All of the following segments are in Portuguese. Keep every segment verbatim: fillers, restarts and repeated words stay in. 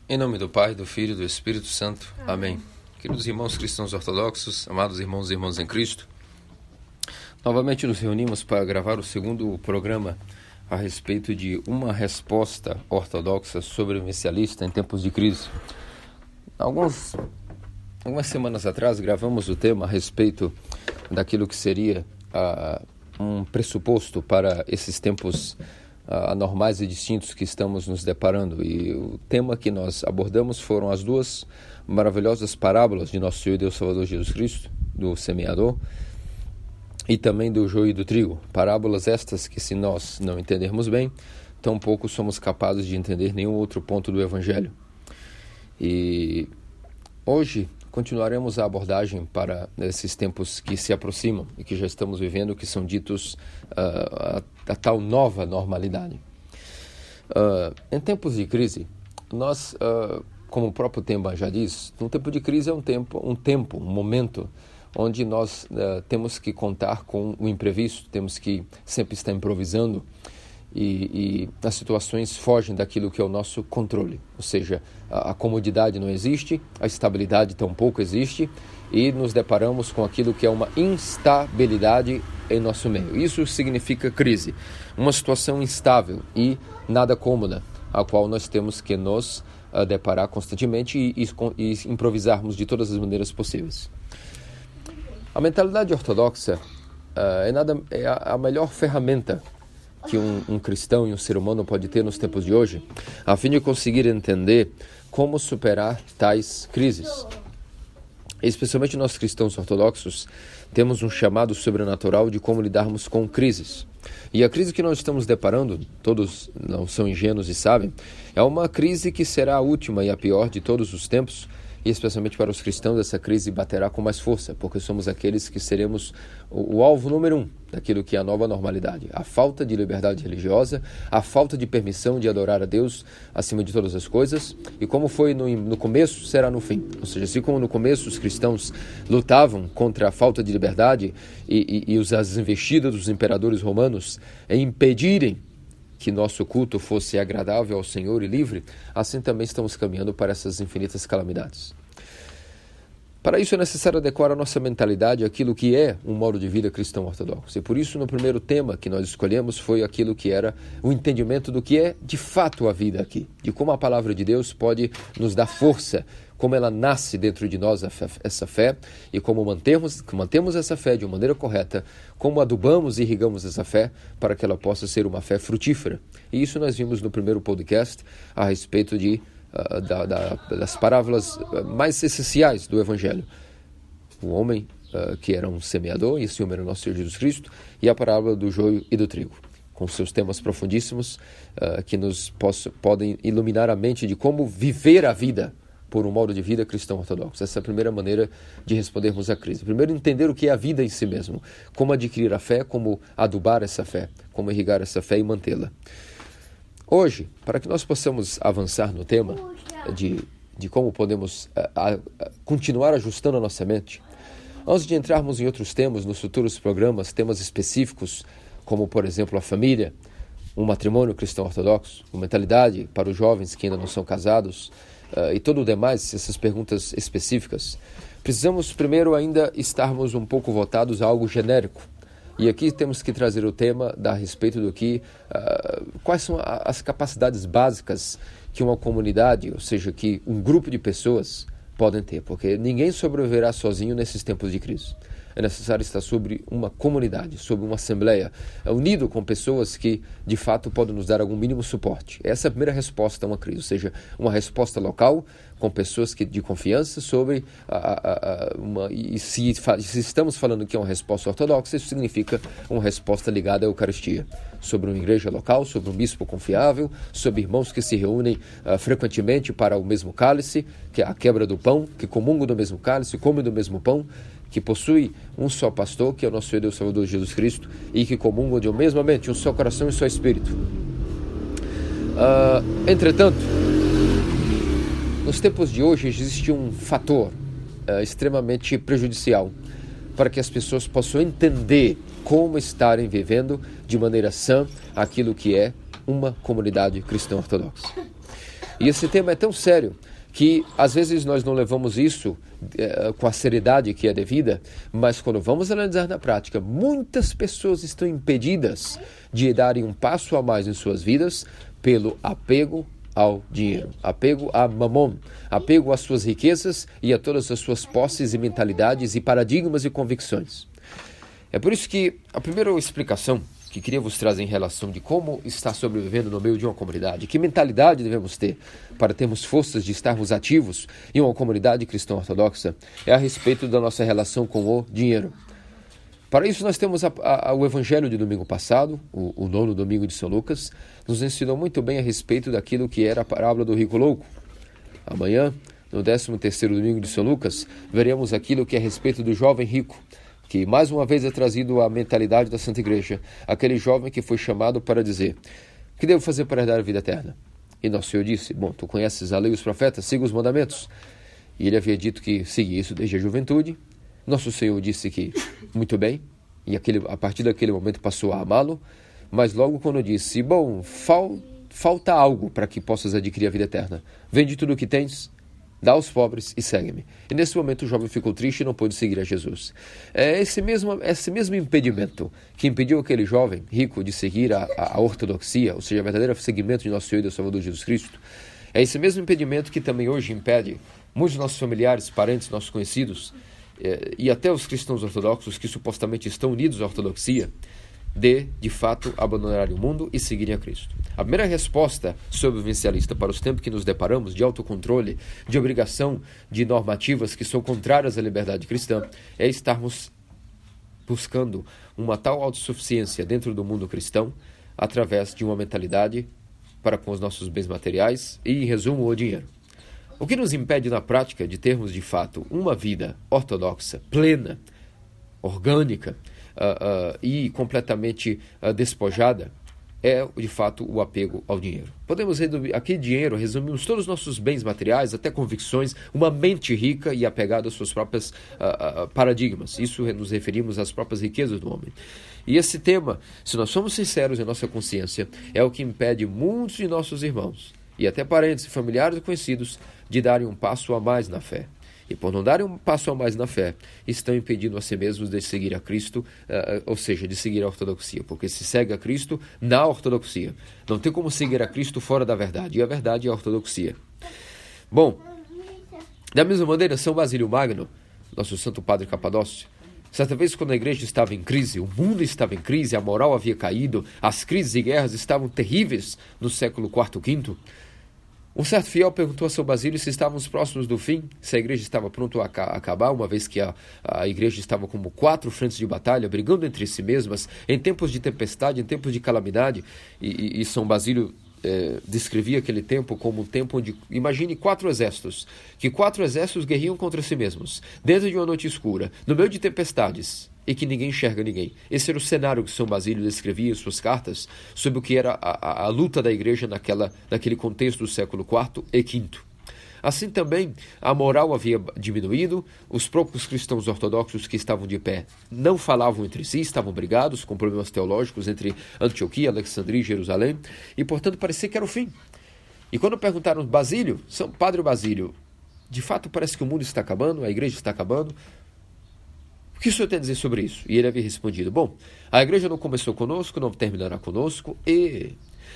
Em nome do Pai, do Filho e do Espírito Santo. Amém. Amém. Queridos irmãos cristãos ortodoxos, amados irmãos e irmãs em Cristo, novamente nos reunimos para gravar o segundo programa a respeito de uma resposta ortodoxa sobrevivencialista em tempos de crise. Alguns, algumas semanas atrás gravamos o tema a respeito daquilo que seria uh, um pressuposto para esses tempos uh, anormais e distintos que estamos nos deparando. E o tema que nós abordamos foram as duas maravilhosas parábolas de nosso Senhor e Deus Salvador Jesus Cristo, do semeador, e também do joio e do trigo. Parábolas estas que, se nós não entendermos bem, tampouco somos capazes de entender nenhum outro ponto do Evangelho. E hoje continuaremos a abordagem para esses tempos que se aproximam e que já estamos vivendo, que são ditos uh, a, a tal nova normalidade. Uh, em tempos de crise, nós, uh, como o próprio tema já diz, um tempo de crise é um tempo, um tempo, um momento onde nós uh, temos que contar com o imprevisto, temos que sempre estar improvisando e, e as situações fogem daquilo que é o nosso controle. Ou seja, a, a comodidade não existe, a estabilidade tampouco existe e nos deparamos com aquilo que é uma instabilidade em nosso meio. Isso significa crise, uma situação instável e nada cômoda, a qual nós temos que nos uh, deparar constantemente e, e, e improvisarmos de todas as maneiras possíveis. A mentalidade ortodoxa uh, é, nada, é a, a melhor ferramenta que um, um cristão e um ser humano pode ter nos tempos de hoje, a fim de conseguir entender como superar tais crises. Especialmente nós cristãos ortodoxos temos um chamado sobrenatural de como lidarmos com crises. E a crise que nós estamos deparando, todos não são ingênuos e sabem, é uma crise que será a última e a pior de todos os tempos. E especialmente para os cristãos, essa crise baterá com mais força, porque somos aqueles que seremos o, o alvo número um daquilo que é a nova normalidade. A falta de liberdade religiosa, a falta de permissão de adorar a Deus acima de todas as coisas, e como foi no, no começo, será no fim. Ou seja, assim como no começo os cristãos lutavam contra a falta de liberdade e, e, e as investidas dos imperadores romanos em impedirem que nosso culto fosse agradável ao Senhor e livre, assim também estamos caminhando para essas infinitas calamidades. Para isso é necessário adequar a nossa mentalidade àquilo que é um modo de vida cristão ortodoxo. E por isso, no primeiro tema que nós escolhemos foi aquilo que era o entendimento do que é de fato a vida aqui, de como a palavra de Deus pode nos dar força, como ela nasce dentro de nós, essa fé, e como mantemos, mantemos essa fé de uma maneira correta, como adubamos e irrigamos essa fé para que ela possa ser uma fé frutífera. E isso nós vimos no primeiro podcast a respeito de, uh, da, da, das parábolas mais essenciais do Evangelho. O homem uh, que era um semeador, e esse homem era o nosso Senhor Jesus Cristo, e a parábola do joio e do trigo, com seus temas profundíssimos uh, que nos posso, podem iluminar a mente de como viver a vida por um modo de vida cristão ortodoxo. Essa é a primeira maneira de respondermos à crise. Primeiro, entender o que é a vida em si mesmo, como adquirir a fé, como adubar essa fé, como irrigar essa fé e mantê-la. Hoje, para que nós possamos avançar no tema de, de como podemos a, a, continuar ajustando a nossa mente, antes de entrarmos em outros temas, nos futuros programas, temas específicos, como, por exemplo, a família, um matrimônio cristão ortodoxo, uma mentalidade para os jovens que ainda não são casados, Uh, e todo o demais, essas perguntas específicas, precisamos primeiro ainda estarmos um pouco voltados a algo genérico. E aqui temos que trazer o tema da respeito do que, uh, quais são a, as capacidades básicas que uma comunidade, ou seja, que um grupo de pessoas podem ter, porque ninguém sobreviverá sozinho nesses tempos de crise. É necessário estar sobre uma comunidade, sobre uma assembleia, unido com pessoas que, de fato, podem nos dar algum mínimo suporte. Essa é a primeira resposta a uma crise, ou seja, uma resposta local, com pessoas que, de confiança sobre... A, a, a, uma, e se, se estamos falando que é uma resposta ortodoxa, isso significa uma resposta ligada à Eucaristia. Sobre uma igreja local, sobre um bispo confiável, sobre irmãos que se reúnem uh, frequentemente para o mesmo cálice, que é a quebra do pão, que comungam do mesmo cálice, comem do mesmo pão, que possui um só pastor, que é o nosso Senhor Deus Salvador Jesus Cristo, e que comungam de uma mesma mente, um só coração e um só espírito. Uh, entretanto, nos tempos de hoje existe um fator uh, extremamente prejudicial para que as pessoas possam entender como estarem vivendo de maneira sã aquilo que é uma comunidade cristã ortodoxa. E esse tema é tão sério que às vezes nós não levamos isso eh, com a seriedade que é devida, mas quando vamos analisar na prática, muitas pessoas estão impedidas de darem um passo a mais em suas vidas pelo apego ao dinheiro, apego a mamon, apego às suas riquezas e a todas as suas posses e mentalidades e paradigmas e convicções. É por isso que a primeira explicação que queria vos trazer em relação de como estar sobrevivendo no meio de uma comunidade, que mentalidade devemos ter para termos forças de estarmos ativos em uma comunidade cristã ortodoxa, é a respeito da nossa relação com o dinheiro. Para isso nós temos a, a, o Evangelho de domingo passado, o, o nono domingo de São Lucas, nos ensinou muito bem a respeito daquilo que era a parábola do rico louco. Amanhã, no décimo terceiro domingo de São Lucas, veremos aquilo que é a respeito do jovem rico, que mais uma vez é trazido à mentalidade da Santa Igreja, aquele jovem que foi chamado para dizer: o que devo fazer para herdar a vida eterna? E nosso Senhor disse: bom, tu conheces a lei e os profetas, siga os mandamentos. E ele havia dito que seguia isso desde a juventude. Nosso Senhor disse que, muito bem, e aquele, a partir daquele momento passou a amá-lo, mas logo quando disse: bom, fal, falta algo para que possas adquirir a vida eterna. Vende tudo o que tens, dá aos pobres e segue-me. E nesse momento o jovem ficou triste e não pôde seguir a Jesus. É esse mesmo, esse mesmo impedimento que impediu aquele jovem rico de seguir a, a, a ortodoxia, ou seja, o verdadeiro seguimento de nosso Senhor e do Salvador Jesus Cristo. É esse mesmo impedimento que também hoje impede muitos dos nossos familiares, parentes, nossos conhecidos, eh, e até os cristãos ortodoxos que supostamente estão unidos à ortodoxia, de, de fato, abandonarem o mundo e seguirem a Cristo. A primeira resposta sobrevivencialista para os tempos que nos deparamos, de autocontrole, de obrigação, de normativas que são contrárias à liberdade cristã, é estarmos buscando uma tal autossuficiência dentro do mundo cristão através de uma mentalidade para com os nossos bens materiais e, em resumo, o dinheiro. O que nos impede na prática de termos, de fato, uma vida ortodoxa, plena, orgânica, Uh, uh, e completamente uh, despojada, é, de fato, o apego ao dinheiro. Podemos resumir, aqui dinheiro, resumimos todos os nossos bens materiais, até convicções, uma mente rica e apegada às suas próprias uh, uh, paradigmas. Isso nos referimos às próprias riquezas do homem. E esse tema, se nós somos sinceros em nossa consciência, é o que impede muitos de nossos irmãos, e até parentes, familiares e conhecidos, de darem um passo a mais na fé. E por não darem um passo a mais na fé, estão impedindo a si mesmos de seguir a Cristo, uh, ou seja, de seguir a ortodoxia. Porque se segue a Cristo na ortodoxia. Não tem como seguir a Cristo fora da verdade. E a verdade é a ortodoxia. Bom, da mesma maneira, São Basílio Magno, nosso Santo Padre Capadócio, certa vez quando a igreja estava em crise, o mundo estava em crise, a moral havia caído, as crises e guerras estavam terríveis no século quarto, quinto, um certo fiel perguntou a São Basílio se estávamos próximos do fim, se a igreja estava pronta a acabar, uma vez que a, a igreja estava como quatro frentes de batalha, brigando entre si mesmas, em tempos de tempestade, em tempos de calamidade, e, e, e São Basílio eh, descrevia aquele tempo como um tempo onde, imagine quatro exércitos, que quatro exércitos guerriam contra si mesmos, dentro de uma noite escura, no meio de tempestades, e que ninguém enxerga ninguém. Esse era o cenário que São Basílio descrevia em suas cartas sobre o que era a, a, a luta da igreja naquela, naquele contexto do século quarto e quinto. Assim também, a moral havia diminuído, os próprios cristãos ortodoxos que estavam de pé não falavam entre si, estavam brigados com problemas teológicos entre Antioquia, Alexandria e Jerusalém, e portanto parecia que era o fim. E quando perguntaram, Basílio, São Padre Basílio, de fato parece que o mundo está acabando, a igreja está acabando, o que o senhor tem a dizer sobre isso? E ele havia respondido, bom, a igreja não começou conosco, não terminará conosco, e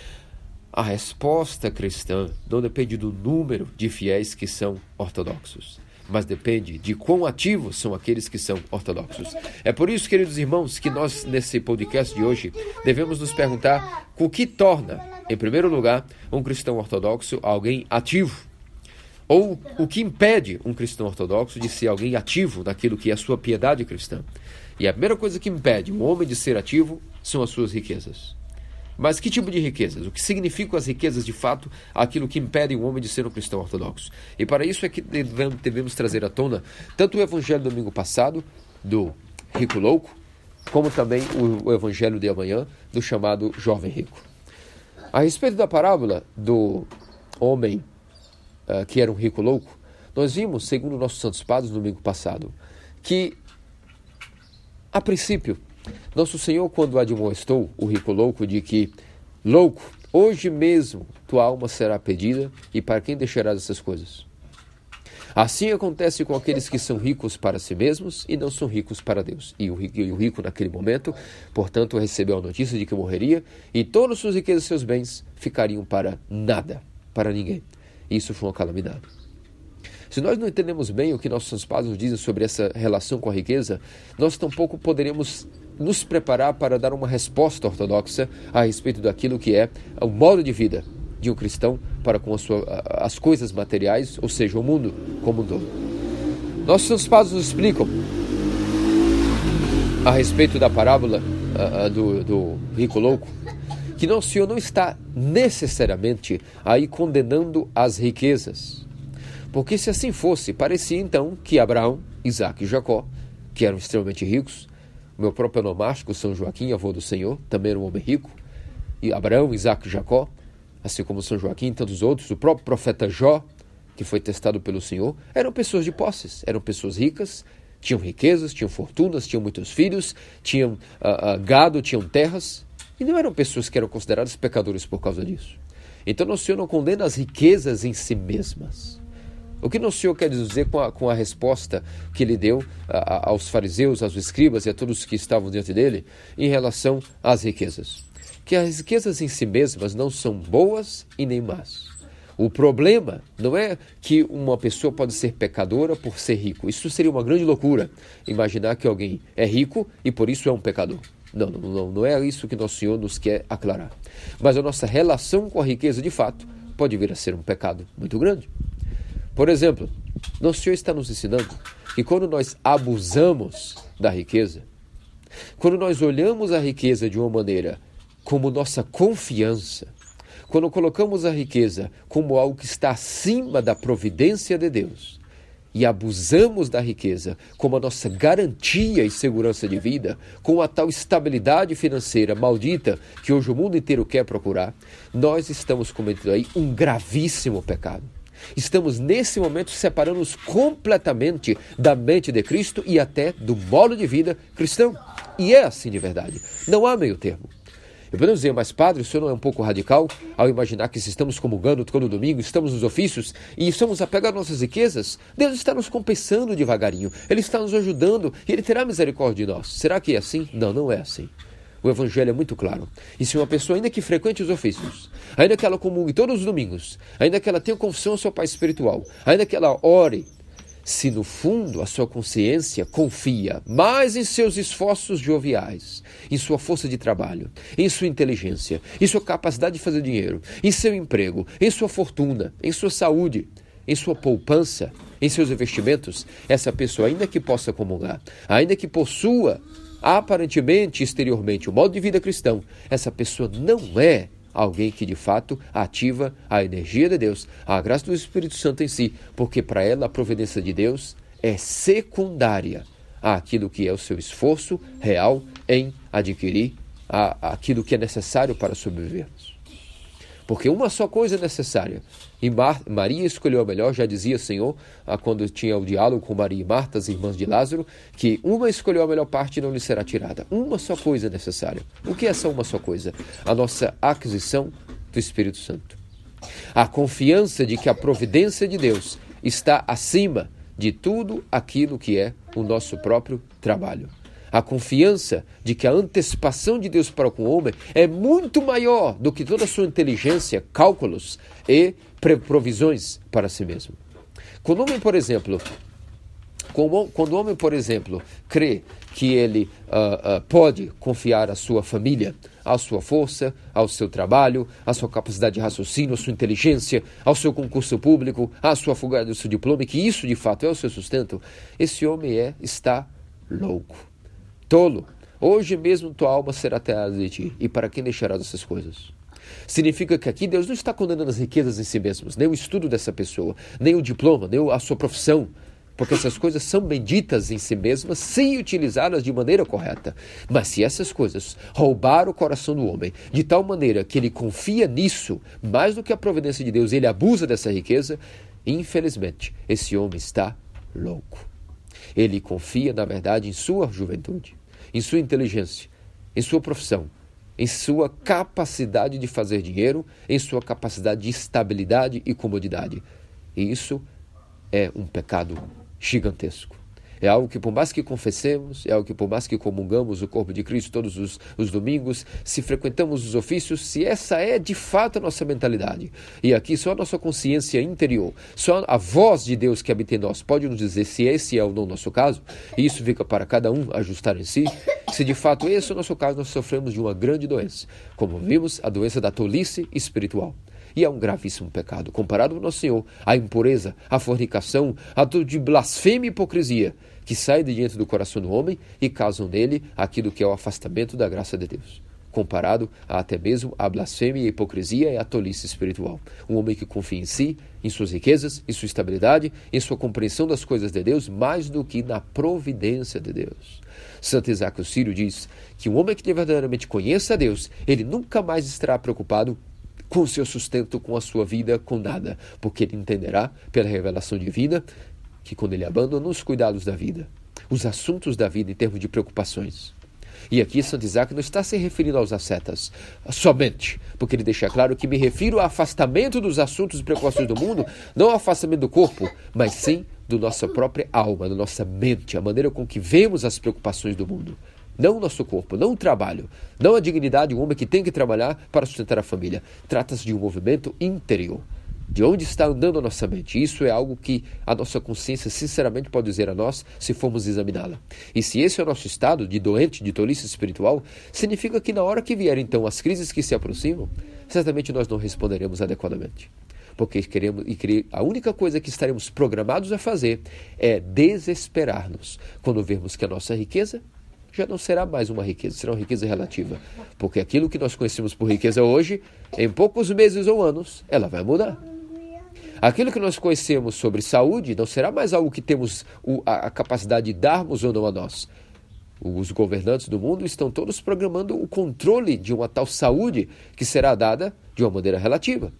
a resposta cristã não depende do número de fiéis que são ortodoxos, mas depende de quão ativos são aqueles que são ortodoxos. É por isso, queridos irmãos, que nós, nesse podcast de hoje, devemos nos perguntar o que torna, em primeiro lugar, um cristão ortodoxo alguém ativo. Ou o que impede um cristão ortodoxo de ser alguém ativo naquilo que é a sua piedade cristã. E a primeira coisa que impede um homem de ser ativo são as suas riquezas. Mas que tipo de riquezas? O que significam as riquezas de fato? Aquilo que impede um homem de ser um cristão ortodoxo. E para isso é que devemos trazer à tona tanto o evangelho do domingo passado, do rico louco, como também o evangelho de amanhã, do chamado jovem rico. A respeito da parábola do homem Uh, que era um rico louco, nós vimos, segundo nossos santos padres no domingo passado, que, a princípio, nosso Senhor, quando admoestou o rico louco de que, louco, hoje mesmo tua alma será pedida, e para quem deixarás essas coisas? Assim acontece com aqueles que são ricos para si mesmos e não são ricos para Deus. E o rico, e o rico naquele momento, portanto, recebeu a notícia de que morreria, e todas as suas riquezas e seus bens ficariam para nada, para ninguém. Isso foi uma calamidade. Se nós não entendemos bem o que nossos pais nos dizem sobre essa relação com a riqueza, nós tampouco poderemos nos preparar para dar uma resposta ortodoxa a respeito daquilo que é o modo de vida de um cristão para com a sua, as coisas materiais, ou seja, o mundo como um todo. Nossos pais nos explicam a respeito da parábola uh, do, do rico louco, que nosso Senhor não está necessariamente aí condenando as riquezas. Porque se assim fosse, parecia então que Abraão, Isaac e Jacó, que eram extremamente ricos, meu próprio onomástico, São Joaquim, avô do Senhor, também era um homem rico, e Abraão, Isaac e Jacó, assim como São Joaquim e tantos outros, o próprio profeta Jó, que foi testado pelo Senhor, eram pessoas de posses, eram pessoas ricas, tinham riquezas, tinham fortunas, tinham muitos filhos, tinham uh, uh, gado, tinham terras, e não eram pessoas que eram consideradas pecadores por causa disso. Então, nosso Senhor não condena as riquezas em si mesmas. O que nosso Senhor quer dizer com a, com a resposta que ele deu a, a, aos fariseus, aos escribas e a todos que estavam diante dele em relação às riquezas? Que as riquezas em si mesmas não são boas e nem más. O problema não é que uma pessoa pode ser pecadora por ser rico. Isso seria uma grande loucura, imaginar que alguém é rico e por isso é um pecador. Não, não, não, não é isso que nosso Senhor nos quer aclarar. Mas a nossa relação com a riqueza, de fato, pode vir a ser um pecado muito grande. Por exemplo, nosso Senhor está nos ensinando que quando nós abusamos da riqueza, quando nós olhamos a riqueza de uma maneira como nossa confiança, quando colocamos a riqueza como algo que está acima da providência de Deus e abusamos da riqueza como a nossa garantia e segurança de vida, com a tal estabilidade financeira maldita que hoje o mundo inteiro quer procurar, nós estamos cometendo aí um gravíssimo pecado. Estamos nesse momento separando-nos completamente da mente de Cristo e até do modo de vida cristão. E é assim de verdade. Não há meio termo. Eu podemos dizer, mas padre, o senhor não é um pouco radical ao imaginar que se estamos comungando todo domingo, estamos nos ofícios e estamos a pegar nossas riquezas? Deus está nos compensando devagarinho, Ele está nos ajudando e Ele terá misericórdia de nós. Será que é assim? Não, não é assim. O Evangelho é muito claro. E se uma pessoa, ainda que frequente os ofícios, ainda que ela comungue todos os domingos, ainda que ela tenha confissão ao seu pai espiritual, ainda que ela ore, se no fundo a sua consciência confia mais em seus esforços joviais, em sua força de trabalho, em sua inteligência, em sua capacidade de fazer dinheiro, em seu emprego, em sua fortuna, em sua saúde, em sua poupança, em seus investimentos, essa pessoa, ainda que possa comungar, ainda que possua aparentemente, exteriormente, o modo de vida cristão, essa pessoa não é alguém que de fato ativa a energia de Deus, a graça do Espírito Santo em si, porque para ela a providência de Deus é secundária àquilo que é o seu esforço real em adquirir a, aquilo que é necessário para sobrevivermos. Porque uma só coisa é necessária. E Mar- Maria escolheu a melhor, já dizia o Senhor, ah, quando tinha o diálogo com Maria e Marta, as irmãs de Lázaro, que uma escolheu a melhor parte e não lhe será tirada. Uma só coisa é necessária. O que é essa uma só coisa? A nossa aquisição do Espírito Santo. A confiança de que a providência de Deus está acima de tudo aquilo que é o nosso próprio trabalho. A confiança de que a antecipação de Deus para com o homem é muito maior do que toda a sua inteligência, cálculos e provisões para si mesmo. Quando o homem, por exemplo, quando o homem, por exemplo, crê que ele uh, uh, pode confiar a sua família, à sua força, ao seu trabalho, à sua capacidade de raciocínio, à sua inteligência, ao seu concurso público, à sua fuga do seu diploma, e que isso de fato é o seu sustento, esse homem é, está louco. Tolo, hoje mesmo tua alma será tirada de ti, e para quem deixarás essas coisas? Significa que aqui Deus não está condenando as riquezas em si mesmas, nem o estudo dessa pessoa, nem o diploma, nem a sua profissão, porque essas coisas são benditas em si mesmas, se utilizadas de maneira correta. Mas se essas coisas roubar o coração do homem, de tal maneira que ele confia nisso, mais do que a providência de Deus, ele abusa dessa riqueza, infelizmente, esse homem está louco. Ele confia, na verdade, em sua juventude, em sua inteligência, em sua profissão, em sua capacidade de fazer dinheiro, em sua capacidade de estabilidade e comodidade. E isso é um pecado gigantesco. É algo que, por mais que confessemos, é algo que, por mais que comungamos o corpo de Cristo todos os, os domingos, se frequentamos os ofícios, se essa é de fato a nossa mentalidade, e aqui só a nossa consciência interior, só a voz de Deus que habita em nós pode nos dizer se esse é ou não o nosso caso, e isso fica para cada um ajustar em si, se de fato esse é o nosso caso, nós sofremos de uma grande doença, como vimos, a doença da tolice espiritual. E é um gravíssimo pecado, comparado ao nosso Senhor, a impureza, a fornicação, a tudo de blasfêmia e hipocrisia, que sai de dentro do coração do homem e causam nele aquilo que é o afastamento da graça de Deus. Comparado a, até mesmo a blasfêmia, a hipocrisia e a tolice espiritual. Um homem que confia em si, em suas riquezas, em sua estabilidade, em sua compreensão das coisas de Deus, mais do que na providência de Deus. Santo Isaac o Sírio diz que um homem que verdadeiramente conheça a Deus, ele nunca mais estará preocupado com o seu sustento, com a sua vida, com nada, porque ele entenderá pela revelação divina que quando ele abandona os cuidados da vida, os assuntos da vida em termos de preocupações. E aqui Santo Isaac não está se referindo aos ascetas somente, porque ele deixa claro que me refiro ao afastamento dos assuntos e preocupações do mundo, não ao afastamento do corpo, mas sim da nossa própria alma, da nossa mente, a maneira com que vemos as preocupações do mundo. Não o nosso corpo, não o trabalho, não a dignidade, o homem que tem que trabalhar para sustentar a família. Trata-se de um movimento interior. De onde está andando a nossa mente? Isso é algo que a nossa consciência sinceramente pode dizer a nós se formos examiná-la. E se esse é o nosso estado de doente, de tolice espiritual, significa que na hora que vier então as crises que se aproximam, certamente nós não responderemos adequadamente. Porque queremos, e a única coisa que estaremos programados a fazer é desesperar-nos quando vermos que a nossa riqueza já não será mais uma riqueza, será uma riqueza relativa. Porque aquilo que nós conhecemos por riqueza hoje, em poucos meses ou anos, ela vai mudar. Aquilo que nós conhecemos sobre saúde não será mais algo que temos a capacidade de darmos ou não a nós. Os governantes do mundo estão todos programando o controle de uma tal saúde que será dada de uma maneira relativa.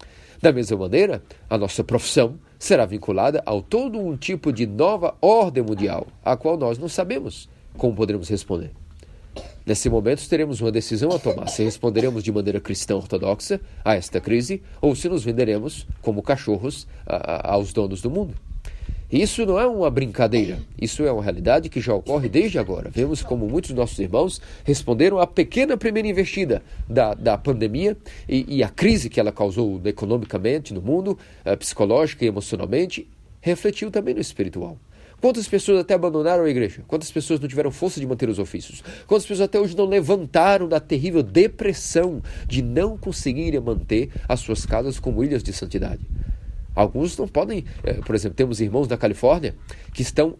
Da mesma maneira, a nossa profissão será vinculada a todo um tipo de nova ordem mundial, a qual nós não sabemos como poderemos responder. Nesse momento, teremos uma decisão a tomar, se responderemos de maneira cristã ortodoxa a esta crise, ou se nos venderemos como cachorros a, a, aos donos do mundo. Isso não é uma brincadeira, isso é uma realidade que já ocorre desde agora. Vemos como muitos dos nossos irmãos responderam à pequena primeira investida da, da pandemia e, e a crise que ela causou economicamente no mundo, uh, psicológica e emocionalmente, refletiu também no espiritual. Quantas pessoas até abandonaram a igreja? Quantas pessoas não tiveram força de manter os ofícios? Quantas pessoas até hoje não levantaram da terrível depressão de não conseguirem manter as suas casas como ilhas de santidade? Alguns não podem, por exemplo, temos irmãos na Califórnia que estão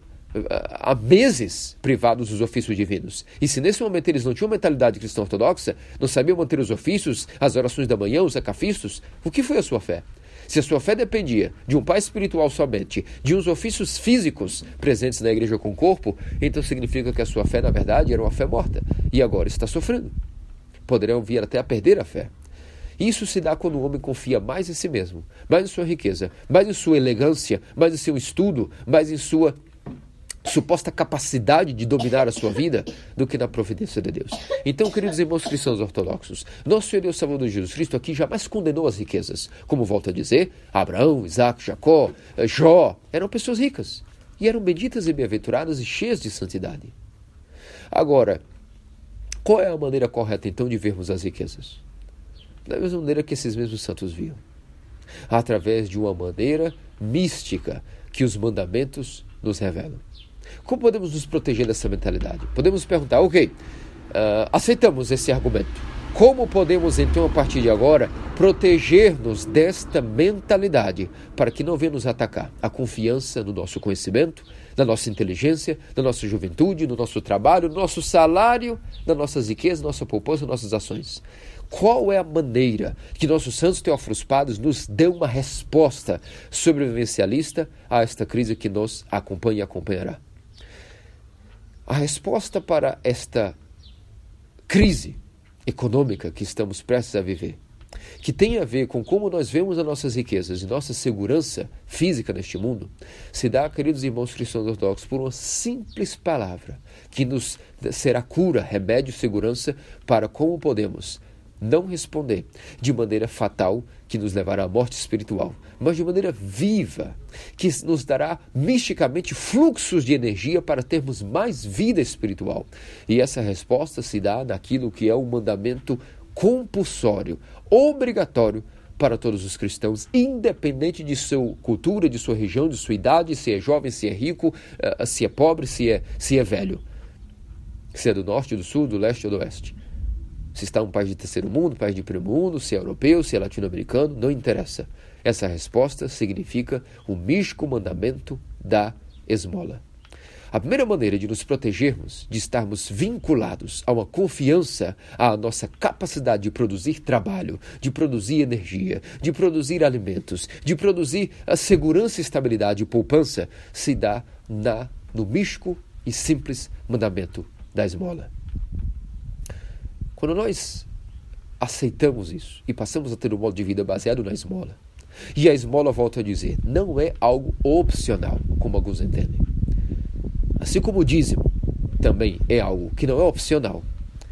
há meses privados dos ofícios divinos. E se nesse momento eles não tinham mentalidade cristã ortodoxa, não sabiam manter os ofícios, as orações da manhã, os acafistos, o que foi a sua fé? Se a sua fé dependia de um pai espiritual somente, de uns ofícios físicos presentes na igreja com o corpo, então significa que a sua fé, na verdade, era uma fé morta. E agora está sofrendo. Poderão vir até a perder a fé. Isso se dá quando o homem confia mais em si mesmo, mais em sua riqueza, mais em sua elegância, mais em seu estudo, mais em sua suposta capacidade de dominar a sua vida do que na providência de Deus. Então, queridos irmãos cristãos ortodoxos, nosso Senhor Deus Salvador Jesus Cristo aqui jamais condenou as riquezas. Como volto a dizer, Abraão, Isaac, Jacó, Jó, eram pessoas ricas e eram benditas e bem-aventuradas e cheias de santidade. Agora, qual é a maneira correta então de vermos as riquezas? Da mesma maneira que esses mesmos santos viam, através de uma maneira mística que os mandamentos nos revelam. Como podemos nos proteger dessa mentalidade? Podemos perguntar, ok, uh, aceitamos esse argumento. Como podemos, então, a partir de agora, proteger-nos desta mentalidade para que não venha nos atacar a confiança no nosso conhecimento, na nossa inteligência, na nossa juventude, no nosso trabalho, no nosso salário, nas nossas riquezas, nossa poupança, nossas ações? Qual é a maneira que nossos santos teófilos padres nos dão uma resposta sobrevivencialista a esta crise que nos acompanha e acompanhará? A resposta para esta crise econômica que estamos prestes a viver que tem a ver com como nós vemos as nossas riquezas e nossa segurança física neste mundo, se dá, queridos irmãos cristãos ortodoxos, por uma simples palavra, que nos será cura, remédio, segurança para como podemos não responder de maneira fatal, que nos levará à morte espiritual, mas de maneira viva, que nos dará misticamente fluxos de energia para termos mais vida espiritual. E essa resposta se dá naquilo que é o mandamento compulsório, obrigatório para todos os cristãos, independente de sua cultura, de sua região, de sua idade, se é jovem, se é rico, se é pobre, se é, se é velho, se é do norte, do sul, do leste ou do oeste. Se está um país de terceiro mundo, país de primeiro mundo, se é europeu, se é latino-americano, não interessa. Essa resposta significa o místico mandamento da esmola. A primeira maneira de nos protegermos, de estarmos vinculados a uma confiança à nossa capacidade de produzir trabalho, de produzir energia, de produzir alimentos, de produzir a segurança, estabilidade e poupança, se dá na, no místico e simples mandamento da esmola. Quando nós aceitamos isso e passamos a ter um modo de vida baseado na esmola, e a esmola, volta a dizer, não é algo opcional, como alguns entendem. Assim como o dízimo também é algo que não é opcional,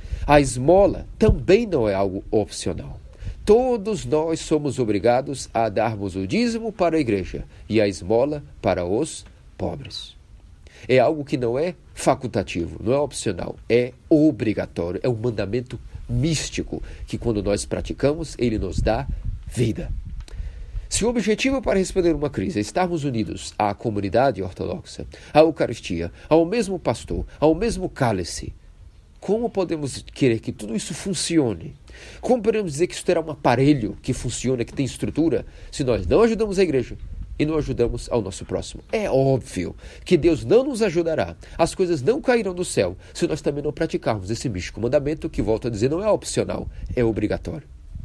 a esmola também não é algo opcional. Todos nós somos obrigados a darmos o dízimo para a igreja e a esmola para os pobres. É algo que não é facultativo, não é opcional, é obrigatório, é um mandamento místico que quando nós praticamos, ele nos dá vida. Se o objetivo para responder uma crise é estarmos unidos à comunidade ortodoxa, à Eucaristia, ao mesmo pastor, ao mesmo cálice, como podemos querer que tudo isso funcione? Como podemos dizer que isso terá um aparelho que funciona, que tem estrutura, se nós não ajudamos a igreja e não ajudamos ao nosso próximo? É óbvio que Deus não nos ajudará, as coisas não cairão do céu, se nós também não praticarmos esse místico mandamento que, volto a dizer, não é opcional, é obrigatório.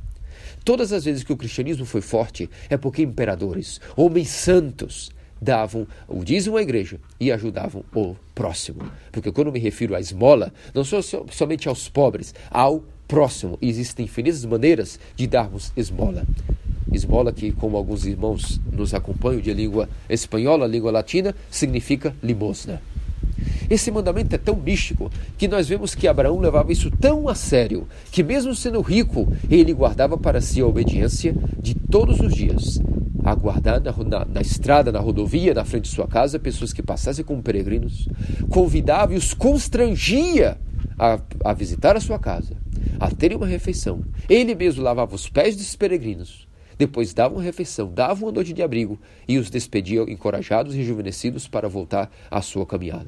Todas as vezes que o cristianismo foi forte, é porque imperadores, homens santos, davam o dízimo à igreja e ajudavam o próximo. Porque quando me refiro à esmola, não sou somente aos pobres, ao próximo. E existem infinitas maneiras de darmos esmola. Esmola que, como alguns irmãos nos acompanham de língua espanhola, língua latina, significa limosna. Esse mandamento é tão místico que nós vemos que Abraão levava isso tão a sério, que mesmo sendo rico, ele guardava para si a obediência de todos os dias. Aguardar na, na, na estrada, na rodovia, na frente de sua casa, pessoas que passassem como peregrinos, convidava e os constrangia a, a visitar a sua casa, a terem uma refeição. Ele mesmo lavava os pés desses peregrinos, depois dava uma refeição, dava uma noite de abrigo e os despedia encorajados e rejuvenescidos para voltar à sua caminhada.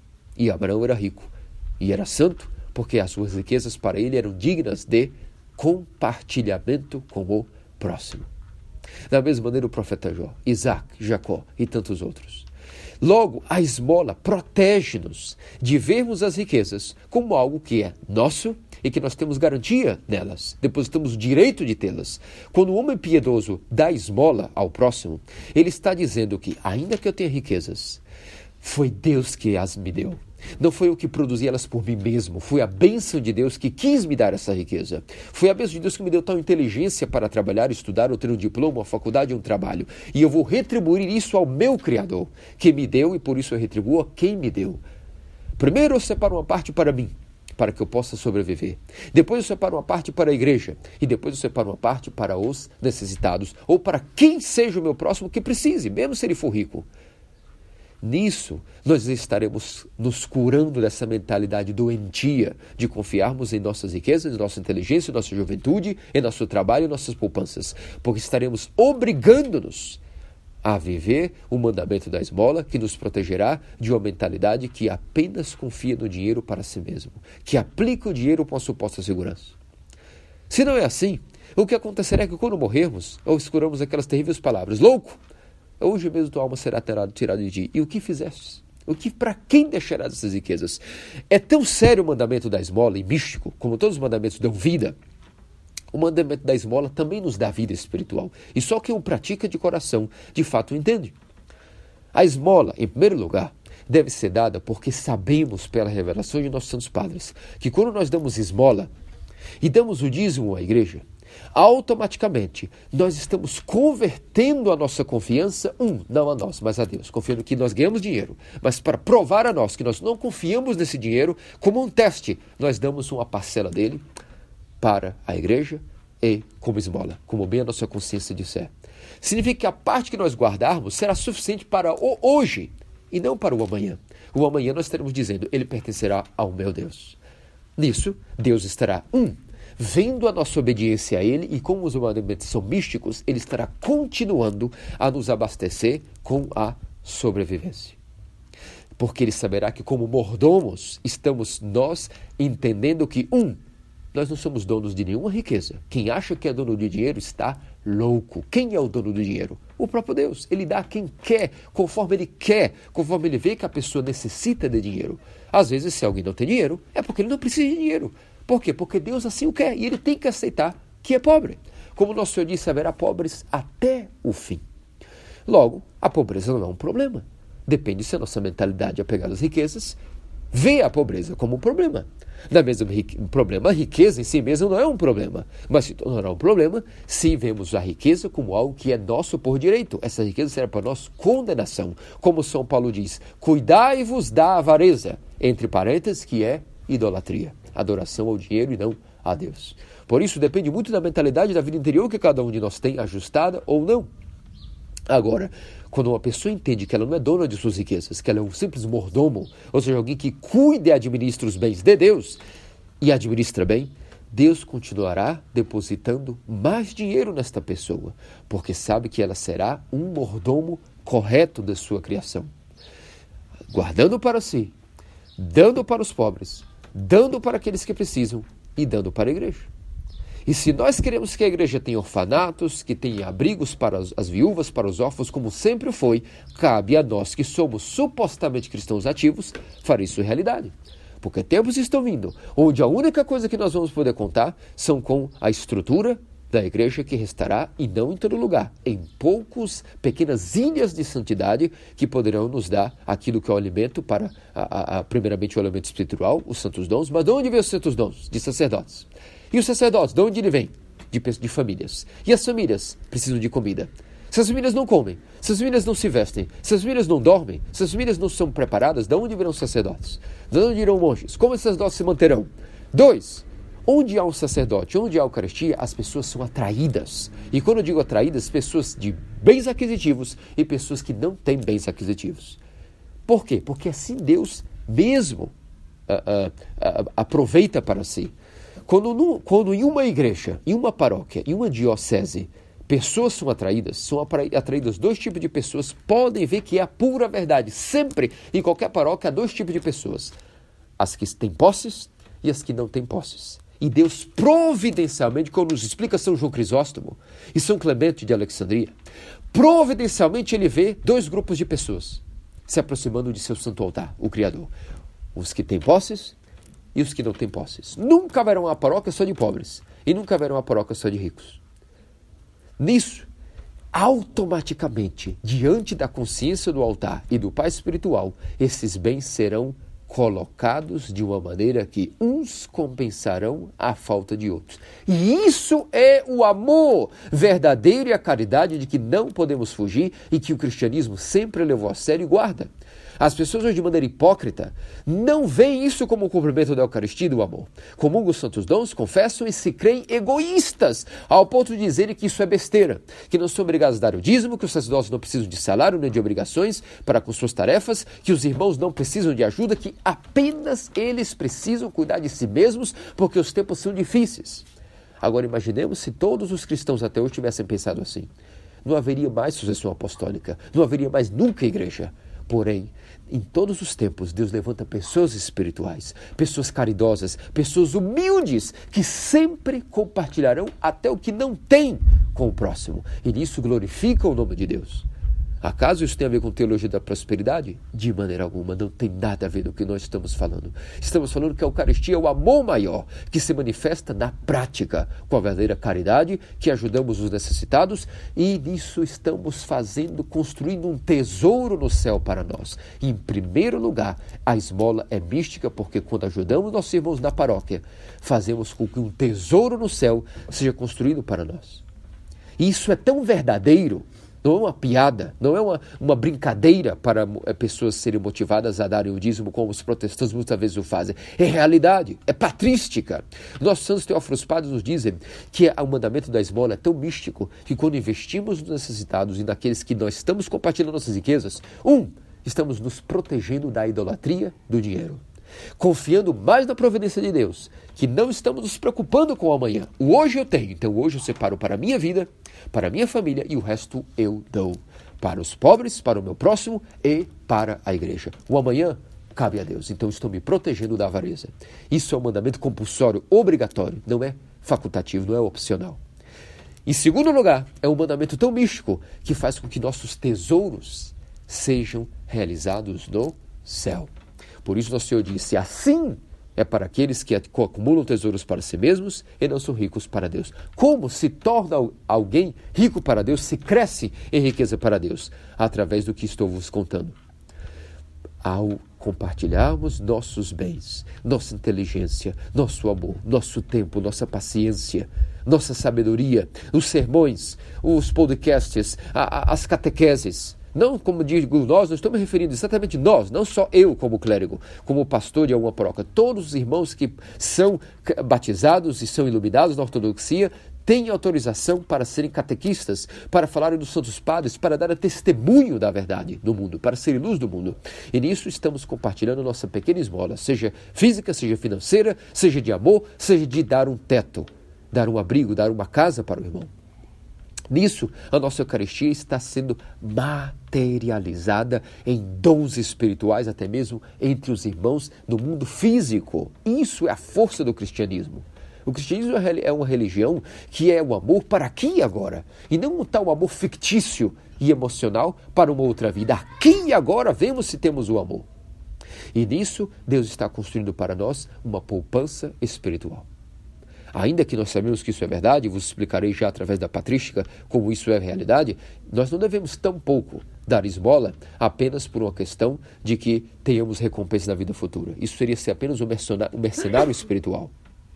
E Abraão era rico e era santo, porque as suas riquezas para ele eram dignas de compartilhamento com o próximo. Da mesma maneira o profeta Jó, Isaac, Jacó e tantos outros. Logo, a esmola protege-nos de vermos as riquezas como algo que é nosso e que nós temos garantia nelas, depositamos o direito de tê-las. Quando o homem piedoso dá esmola ao próximo, ele está dizendo que, ainda que eu tenha riquezas, foi Deus que as me deu. Não foi eu que produzi elas por mim mesmo. Foi a bênção de Deus que quis me dar essa riqueza. Foi a bênção de Deus que me deu tal inteligência para trabalhar, estudar, ou ter um diploma, uma faculdade, um trabalho. E eu vou retribuir isso ao meu Criador, que me deu, e por isso eu retribuo a quem me deu. Primeiro eu separo uma parte para mim, para que eu possa sobreviver. Depois eu separo uma parte para a igreja. E depois eu separo uma parte para os necessitados. Ou para quem seja o meu próximo que precise, mesmo se ele for rico. Nisso, nós estaremos nos curando dessa mentalidade doentia de confiarmos em nossas riquezas, em nossa inteligência, em nossa juventude, em nosso trabalho, em nossas poupanças. Porque estaremos obrigando-nos a viver o mandamento da esmola, que nos protegerá de uma mentalidade que apenas confia no dinheiro para si mesmo, que aplica o dinheiro com a suposta segurança. Se não é assim, o que acontecerá é que quando morrermos, ou escuramos aquelas terríveis palavras, louco! Hoje mesmo tua alma será tirada de ti. E o que fizeste? O que, para quem deixarás essas riquezas? É tão sério o mandamento da esmola e místico, como todos os mandamentos dão vida. O mandamento da esmola também nos dá vida espiritual. E só quem o pratica de coração, de fato, entende. A esmola, em primeiro lugar, deve ser dada porque sabemos pela revelação de nossos santos padres que quando nós damos esmola e damos o dízimo à igreja, automaticamente nós estamos convertendo a nossa confiança, um, não a nós, mas a Deus, confiando que nós ganhamos dinheiro, mas para provar a nós que nós não confiamos nesse dinheiro, como um teste, nós damos uma parcela dele para a igreja e como esmola, como bem a nossa consciência disser. Significa que a parte que nós guardarmos será suficiente para o hoje e não para o amanhã. O amanhã nós estaremos dizendo, ele pertencerá ao meu Deus. Nisso, Deus estará, um, vendo a nossa obediência a ele, e como os mandamentos são místicos, ele estará continuando a nos abastecer com a sobrevivência. Porque ele saberá que como mordomos, estamos nós entendendo que, um, nós não somos donos de nenhuma riqueza. Quem acha que é dono de dinheiro está louco. Quem é o dono do dinheiro? O próprio Deus. Ele dá a quem quer, conforme ele quer, conforme ele vê que a pessoa necessita de dinheiro. Às vezes, se alguém não tem dinheiro, é porque ele não precisa de dinheiro. Por quê? Porque Deus assim o quer e ele tem que aceitar que é pobre. Como nosso Senhor disse, haverá pobres até o fim. Logo, a pobreza não é um problema. Depende se a nossa mentalidade apegada às riquezas vê a pobreza como um problema. Da mesma problema, a riqueza em si mesma não é um problema, mas se tornará um problema se vemos a riqueza como algo que é nosso por direito. Essa riqueza será para nós condenação. Como São Paulo diz, cuidai-vos da avareza, entre parênteses, que é idolatria, adoração ao dinheiro e não a Deus. Por isso depende muito da mentalidade da vida interior que cada um de nós tem, ajustada ou não. Agora, quando uma pessoa entende que ela não é dona de suas riquezas, que ela é um simples mordomo, ou seja, alguém que cuida e administra os bens de Deus, e administra bem, Deus continuará depositando mais dinheiro nesta pessoa, porque sabe que ela será um mordomo correto da sua criação. Guardando para si, dando para os pobres, dando para aqueles que precisam e dando para a igreja. E se nós queremos que a igreja tenha orfanatos, que tenha abrigos para as, as viúvas, para os órfãos, como sempre foi, cabe a nós que somos supostamente cristãos ativos, fazer isso realidade. Porque tempos estão vindo, onde a única coisa que nós vamos poder contar são com a estrutura da igreja que restará, e não em todo lugar, em poucos pequenas ilhas de santidade que poderão nos dar aquilo que é o alimento para, a, a, a, primeiramente o alimento espiritual, os santos dons. Mas de onde vem os santos dons? De sacerdotes. E os sacerdotes, de onde ele vem? De, de famílias. E as famílias precisam de comida. Se as famílias não comem, se as famílias não se vestem, se as famílias não dormem, se as famílias não são preparadas, de onde virão sacerdotes? De onde irão monges? Como esses sacerdotes se manterão? Dois, onde há um sacerdote, onde há a Eucaristia, as pessoas são atraídas. E quando eu digo atraídas, pessoas de bens aquisitivos e pessoas que não têm bens aquisitivos. Por quê? Porque assim Deus mesmo uh, uh, uh, aproveita para si. Quando, no, quando em uma igreja, em uma paróquia, em uma diocese, pessoas são atraídas, são atraídas dois tipos de pessoas, podem ver que é a pura verdade. Sempre, em qualquer paróquia, há dois tipos de pessoas. As que têm posses e as que não têm posses. E Deus providencialmente, como nos explica São João Crisóstomo e São Clemente de Alexandria, providencialmente ele vê dois grupos de pessoas se aproximando de seu santo altar, o Criador. Os que têm posses e os que não têm posses. Nunca haverá uma paróquia só de pobres e nunca haverá uma paróquia só de ricos. Nisso, automaticamente, diante da consciência do altar e do Pai espiritual, esses bens serão colocados de uma maneira que uns compensarão a falta de outros. E isso é o amor verdadeiro e a caridade de que não podemos fugir e que o cristianismo sempre levou a sério e guarda. As pessoas hoje, de maneira hipócrita, não veem isso como o cumprimento da Eucaristia e do amor. Comungam os santos dons, confessam e se creem egoístas, ao ponto de dizerem que isso é besteira, que não são obrigados a dar o dízimo, que os sacerdotes não precisam de salário nem de obrigações para com suas tarefas, que os irmãos não precisam de ajuda, que apenas eles precisam cuidar de si mesmos, porque os tempos são difíceis. Agora imaginemos se todos os cristãos até hoje tivessem pensado assim. Não haveria mais sucessão apostólica, não haveria mais nunca igreja. Porém, em todos os tempos, Deus levanta pessoas espirituais, pessoas caridosas, pessoas humildes, que sempre compartilharão até o que não tem com o próximo. E nisso glorifica o nome de Deus. Acaso isso tem a ver com teologia da prosperidade? De maneira alguma, não tem nada a ver com o que nós estamos falando. Estamos falando que a Eucaristia é o amor maior, que se manifesta na prática, com a verdadeira caridade, que ajudamos os necessitados, e nisso estamos fazendo, construindo um tesouro no céu para nós. Em primeiro lugar, a esmola é mística, porque quando ajudamos nossos irmãos na paróquia, fazemos com que um tesouro no céu seja construído para nós. E isso é tão verdadeiro, não é uma piada, não é uma, uma brincadeira para é, pessoas serem motivadas a darem o dízimo como os protestantes muitas vezes o fazem. É realidade, é patrística. Nossos santos teófilos padres nos dizem que o mandamento da esmola é tão místico que quando investimos nos necessitados e naqueles que nós estamos compartilhando nossas riquezas, um, estamos nos protegendo da idolatria do dinheiro. Confiando mais na providência de Deus, que não estamos nos preocupando com o amanhã. O hoje eu tenho, então hoje eu separo para a minha vida, para a minha família, e o resto eu dou para os pobres, para o meu próximo e para a igreja. O amanhã cabe a Deus, então estou me protegendo da avareza. Isso é um mandamento compulsório, obrigatório, não é facultativo, não é opcional. Em segundo lugar, é um mandamento tão místico que faz com que nossos tesouros sejam realizados no céu. Por isso nosso Senhor disse, assim é para aqueles que acumulam tesouros para si mesmos e não são ricos para Deus. Como se torna alguém rico para Deus, se cresce em riqueza para Deus? Através do que estou vos contando. Ao compartilharmos nossos bens, nossa inteligência, nosso amor, nosso tempo, nossa paciência, nossa sabedoria, os sermões, os podcasts, a, a, as catequeses. Não, como digo nós, não estou me referindo exatamente nós, não só eu como clérigo, como pastor de alguma paróquia. Todos os irmãos que são batizados e são iluminados na ortodoxia têm autorização para serem catequistas, para falarem dos santos padres, para dar testemunho da verdade no mundo, para serem luz do mundo. E nisso estamos compartilhando nossa pequena esmola, seja física, seja financeira, seja de amor, seja de dar um teto, dar um abrigo, dar uma casa para o irmão. Nisso, a nossa Eucaristia está sendo materializada em dons espirituais, até mesmo entre os irmãos no mundo físico. Isso é a força do cristianismo. O cristianismo é uma religião que é o amor para aqui e agora, e não um tal amor fictício e emocional para uma outra vida. Aqui e agora vemos se temos o amor. E nisso, Deus está construindo para nós uma poupança espiritual. Ainda que nós sabemos que isso é verdade, vos explicarei já através da patrística como isso é realidade, nós não devemos tampouco dar esmola apenas por uma questão de que tenhamos recompensa na vida futura. Isso seria ser apenas um mercenário, um mercenário espiritual.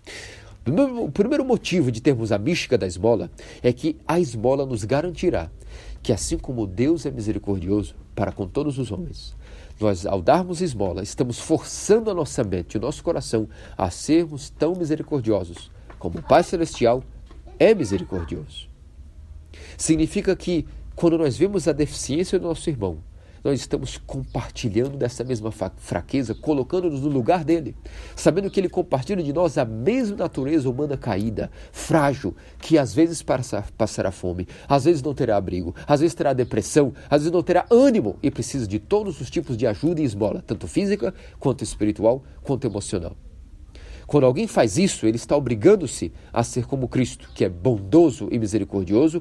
O primeiro motivo de termos a mística da esmola é que a esmola nos garantirá que assim como Deus é misericordioso para com todos os homens, nós, ao darmos esmola, estamos forçando a nossa mente, o nosso coração, a sermos tão misericordiosos como o Pai Celestial é misericordioso. Significa que, quando nós vemos a deficiência do nosso irmão, nós estamos compartilhando dessa mesma fraqueza, colocando-nos no lugar dele, sabendo que ele compartilha de nós a mesma natureza humana caída, frágil, que às vezes passará fome, às vezes não terá abrigo, às vezes terá depressão, às vezes não terá ânimo e precisa de todos os tipos de ajuda e esmola, tanto física, quanto espiritual, quanto emocional. Quando alguém faz isso, ele está obrigando-se a ser como Cristo, que é bondoso e misericordioso,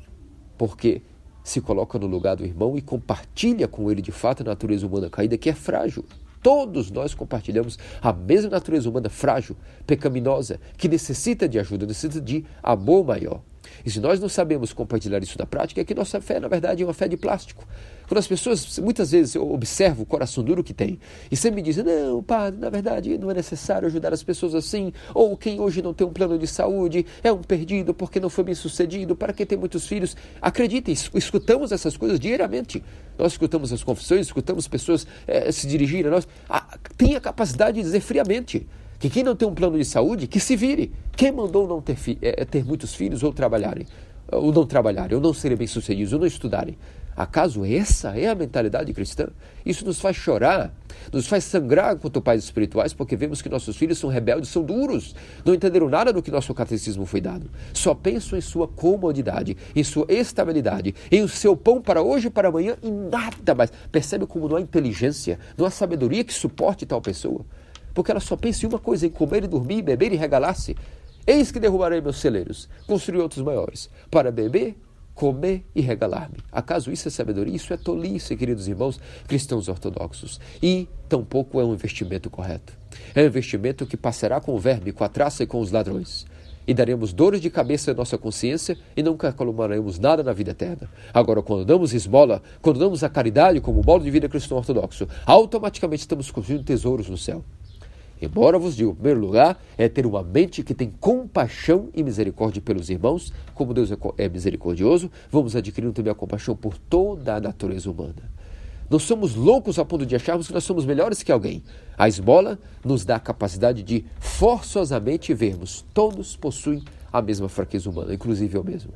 porque se coloca no lugar do irmão e compartilha com ele de fato a natureza humana caída, que é frágil. Todos nós compartilhamos a mesma natureza humana frágil, pecaminosa, que necessita de ajuda, necessita de amor maior. E se nós não sabemos compartilhar isso na prática, é que nossa fé, na verdade, é uma fé de plástico. Quando as pessoas, muitas vezes, eu observo o coração duro que tem, e sempre me dizem, não, padre, na verdade, não é necessário ajudar as pessoas assim, ou quem hoje não tem um plano de saúde é um perdido porque não foi bem sucedido, para quem tem muitos filhos. Acreditem, escutamos essas coisas diariamente. Nós escutamos as confissões, escutamos pessoas é, se dirigirem a nós. Ah, tem a capacidade de dizer friamente que quem não tem um plano de saúde, que se vire. Quem mandou não ter, fi- é, ter muitos filhos ou trabalharem, ou não trabalharem, ou não serem bem-sucedidos, ou não estudarem? Acaso essa é a mentalidade cristã? Isso nos faz chorar, nos faz sangrar quanto pais espirituais, porque vemos que nossos filhos são rebeldes, são duros, não entenderam nada do que nosso catecismo foi dado. Só pensam em sua comodidade, em sua estabilidade, em o seu pão para hoje e para amanhã e nada mais. Percebe como não há inteligência, não há sabedoria que suporte tal pessoa? Porque ela só pensa em uma coisa, em comer e dormir, beber e regalar-se. Eis que derrubarei meus celeiros, construir outros maiores, para beber comer e regalar-me. Acaso isso é sabedoria? Isso é tolice, queridos irmãos cristãos ortodoxos. E tampouco é um investimento correto. É um investimento que passará com o verme, com a traça e com os ladrões. E daremos dores de cabeça à nossa consciência e não calcularemos nada na vida eterna. Agora, quando damos esmola, quando damos a caridade como modo de vida cristão ortodoxo, automaticamente estamos construindo tesouros no céu. Embora vos diga, em primeiro lugar, é ter uma mente que tem compaixão e misericórdia pelos irmãos, como Deus é misericordioso, vamos adquirindo também a compaixão por toda a natureza humana. Não somos loucos a ponto de acharmos que nós somos melhores que alguém. A esmola nos dá a capacidade de forçosamente vermos. Todos possuem a mesma fraqueza humana, inclusive eu mesmo.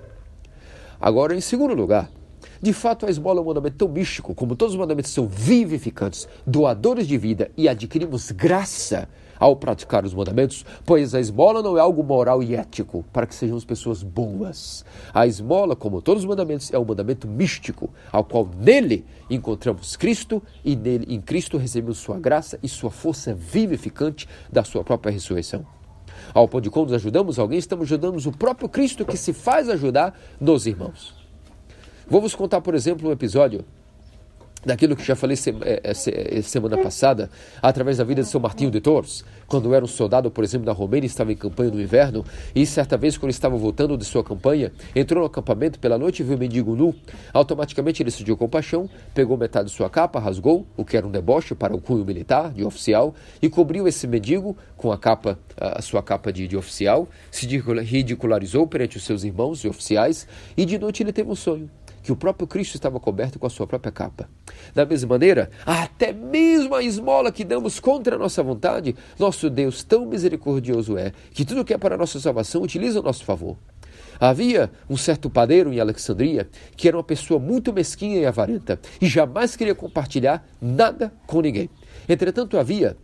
Agora, em segundo lugar, de fato a esmola é um mandamento tão místico, como todos os mandamentos são vivificantes, doadores de vida e adquirimos graça ao praticar os mandamentos, pois a esmola não é algo moral e ético, para que sejamos pessoas boas. A esmola, como todos os mandamentos, é um mandamento místico, ao qual nele encontramos Cristo e nele, em Cristo recebemos sua graça e sua força vivificante da sua própria ressurreição. Ao ponto de quando ajudamos alguém, estamos ajudando o próprio Cristo que se faz ajudar nos irmãos. Vou vos contar, por exemplo, um episódio daquilo que já falei se, é, se, semana passada, através da vida de São Martinho de Tours, quando era um soldado, por exemplo, da Romênia, estava em campanha no inverno, e certa vez, quando ele estava voltando de sua campanha, entrou no acampamento pela noite e viu um mendigo nu. Automaticamente ele sentiu compaixão, pegou metade de sua capa, rasgou, o que era um deboche para o cunho militar, de oficial, e cobriu esse mendigo com a capa, a sua capa de, de oficial, se ridicularizou perante os seus irmãos e oficiais, e de noite ele teve um sonho, que o próprio Cristo estava coberto com a sua própria capa. Da mesma maneira, até mesmo a esmola que damos contra a nossa vontade, nosso Deus tão misericordioso é, que tudo que é para a nossa salvação utiliza a nosso favor. Havia um certo padeiro em Alexandria que era uma pessoa muito mesquinha e avarenta e jamais queria compartilhar nada com ninguém. Entretanto, havia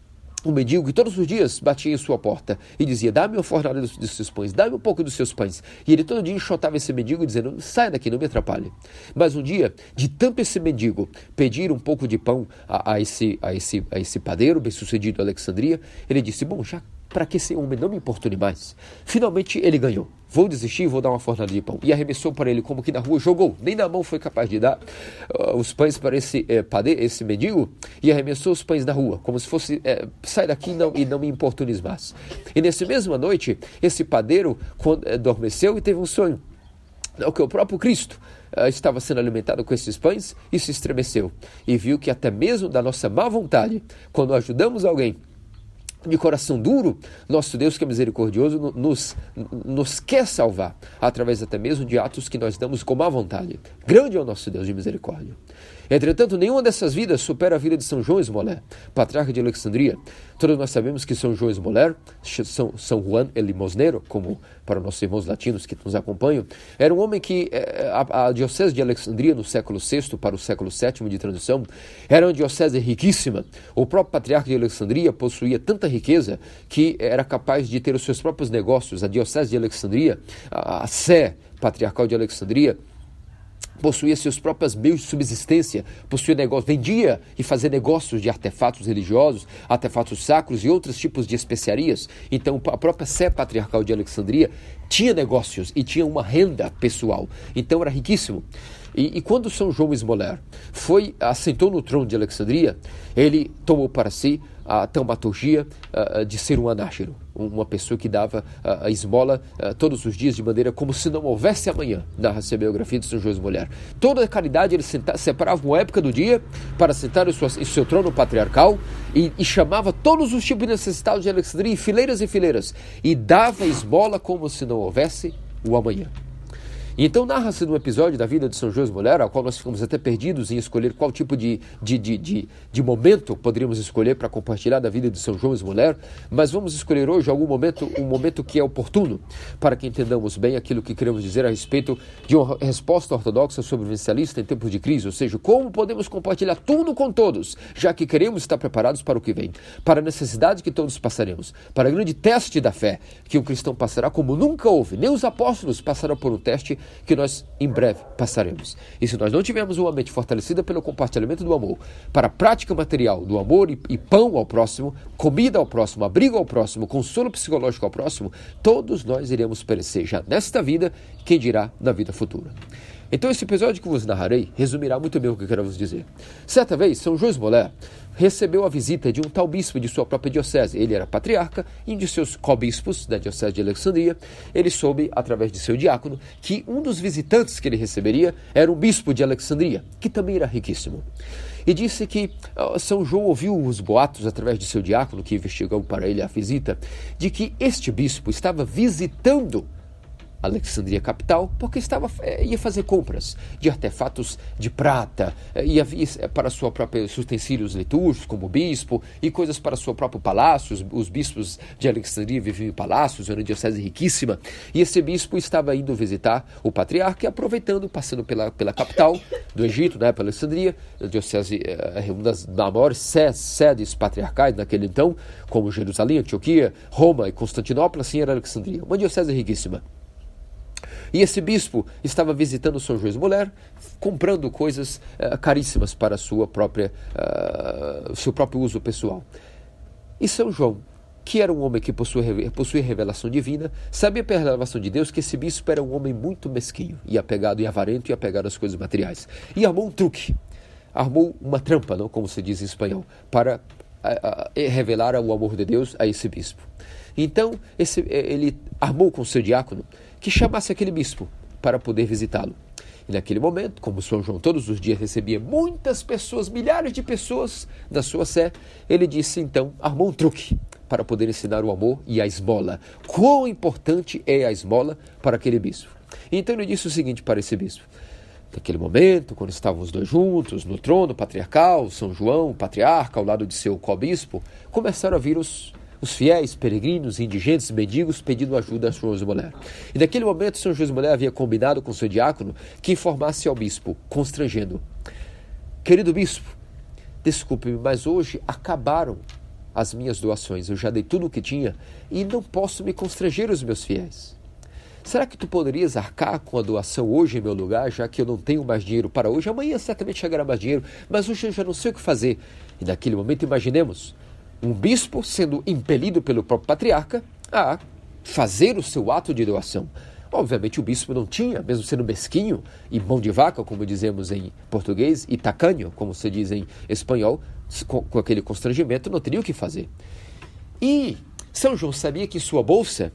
um mendigo que todos os dias batia em sua porta e dizia, dá-me uma fornalha dos, dos seus pães, dá-me um pouco dos seus pães. E ele todo dia enxotava esse mendigo dizendo, sai daqui, não me atrapalhe. Mas um dia, de tanto esse mendigo pedir um pouco de pão a, a, esse, a, esse, a esse padeiro bem-sucedido de Alexandria, ele disse, bom, já para que esse homem não me importune mais? Finalmente ele ganhou. Vou desistir e vou dar uma fornalha de pão. E arremessou para ele como que na rua, jogou. Nem na mão foi capaz de dar uh, os pães para esse, eh, padeiro, esse mendigo, e arremessou os pães na rua, como se fosse, eh, sai daqui não, e não me importunes mais. E nessa mesma noite, esse padeiro quando, eh, adormeceu e teve um sonho. Não, que o próprio Cristo uh, estava sendo alimentado com esses pães e se estremeceu. E viu que até mesmo da nossa má vontade, quando ajudamos alguém de coração duro, nosso Deus que é misericordioso nos, nos quer salvar, através até mesmo de atos que nós damos com má vontade. Grande é o nosso Deus de misericórdia. Entretanto, nenhuma dessas vidas supera a vida de São João Esmoler, patriarca de Alexandria. Todos nós sabemos que São João Esmoler, São, São Juan el Limosnero, como para os nossos irmãos latinos que nos acompanham, era um homem que a, a diocese de Alexandria no século sexto para o século sétimo de transição era uma diocese riquíssima. O próprio patriarca de Alexandria possuía tanta riqueza que era capaz de ter os seus próprios negócios. A diocese de Alexandria, a, a Sé patriarcal de Alexandria, possuía seus próprios meios de subsistência, possuía negócio, vendia e fazia negócios de artefatos religiosos, artefatos sacros e outros tipos de especiarias. Então a própria Sé patriarcal de Alexandria tinha negócios e tinha uma renda pessoal, então era riquíssimo. E, e quando São João Esmoler foi, assentou no trono de Alexandria, ele tomou para si a taumaturgia uh, de ser um anáxero, uma pessoa que dava uh, a esmola uh, todos os dias de maneira como se não houvesse amanhã, narra-se a biografia de São João Esmoler. Toda a caridade ele senta, separava uma época do dia para sentar em, sua, em seu trono patriarcal e, e chamava todos os tipos de necessitados de Alexandria em fileiras e fileiras e dava esmola como se não houvesse o amanhã. Então narra-se num episódio da vida de São João Esmoler, ao qual nós ficamos até perdidos em escolher qual tipo de, de, de, de, de momento poderíamos escolher para compartilhar da vida de São João Esmoler, mas vamos escolher hoje algum momento, um momento que é oportuno para que entendamos bem aquilo que queremos dizer a respeito de uma resposta ortodoxa sobrevivencialista em tempos de crise, ou seja, como podemos compartilhar tudo com todos, já que queremos estar preparados para o que vem, para a necessidade que todos passaremos, para o grande teste da fé que um cristão passará como nunca houve, nem os apóstolos passaram por um teste que nós em breve passaremos. E se nós não tivermos uma mente fortalecida pelo compartilhamento do amor, para a prática material do amor e, e pão ao próximo, comida ao próximo, abrigo ao próximo, consolo psicológico ao próximo, todos nós iremos perecer já nesta vida, quem dirá na vida futura. Então esse episódio que vos narrarei resumirá muito bem o que eu quero vos dizer. Certa vez, São João Smoller recebeu a visita de um tal bispo de sua própria diocese. Ele era patriarca e um de seus co-bispos da diocese de Alexandria. Ele soube, através de seu diácono, que um dos visitantes que ele receberia era um bispo de Alexandria, que também era riquíssimo. E disse que uh, São João ouviu os boatos, através de seu diácono, que investigou para ele a visita, de que este bispo estava visitando Alexandria capital, porque estava, ia fazer compras de artefatos de prata, ia para sua própria utensílios litúrgicos, como bispo, e coisas para seu próprio palácio. Os, os bispos de Alexandria viviam em palácios, era uma diocese riquíssima, e esse bispo estava indo visitar o patriarca, e aproveitando, passando pela, pela capital do Egito, né, pela Alexandria, a diocese, uma das maiores sedes patriarcais naquele então, como Jerusalém, Antioquia, Roma e Constantinopla, assim era Alexandria, uma diocese riquíssima. E esse bispo estava visitando São João Smoller, comprando coisas uh, caríssimas para a sua própria, uh, seu próprio uso pessoal. E São João, que era um homem que possuía, possuía revelação divina, sabia pela revelação de Deus que esse bispo era um homem muito mesquinho, e apegado e avarento, e apegado às coisas materiais. E armou um truque, armou uma trampa, não, como se diz em espanhol, para uh, uh, revelar o amor de Deus a esse bispo. Então, esse, ele armou com seu diácono que chamasse aquele bispo para poder visitá-lo. E naquele momento, como São João todos os dias recebia muitas pessoas, milhares de pessoas na sua sé, ele disse então, armou um truque para poder ensinar o amor e a esmola. Quão importante é a esmola para aquele bispo. Então ele disse o seguinte para esse bispo: naquele momento, quando estavam os dois juntos no trono patriarcal, São João, o patriarca, ao lado de seu co-bispo, começaram a vir os Os fiéis, peregrinos, indigentes, mendigos pedindo ajuda a São João Smoller. E naquele momento, São João Smoller havia combinado com seu diácono que informasse ao bispo, constrangendo: querido bispo, desculpe-me, mas hoje acabaram as minhas doações. Eu já dei tudo o que tinha e não posso me constranger os meus fiéis. Será que tu poderias arcar com a doação hoje em meu lugar, já que eu não tenho mais dinheiro para hoje? Amanhã certamente chegará mais dinheiro, mas hoje eu já não sei o que fazer. E naquele momento, imaginemos um bispo sendo impelido pelo próprio patriarca a fazer o seu ato de doação. Obviamente o bispo não tinha, mesmo sendo mesquinho e mão de vaca, como dizemos em português, e tacanho, como se diz em espanhol, com, com aquele constrangimento, não teria o que fazer. E São João sabia que em sua bolsa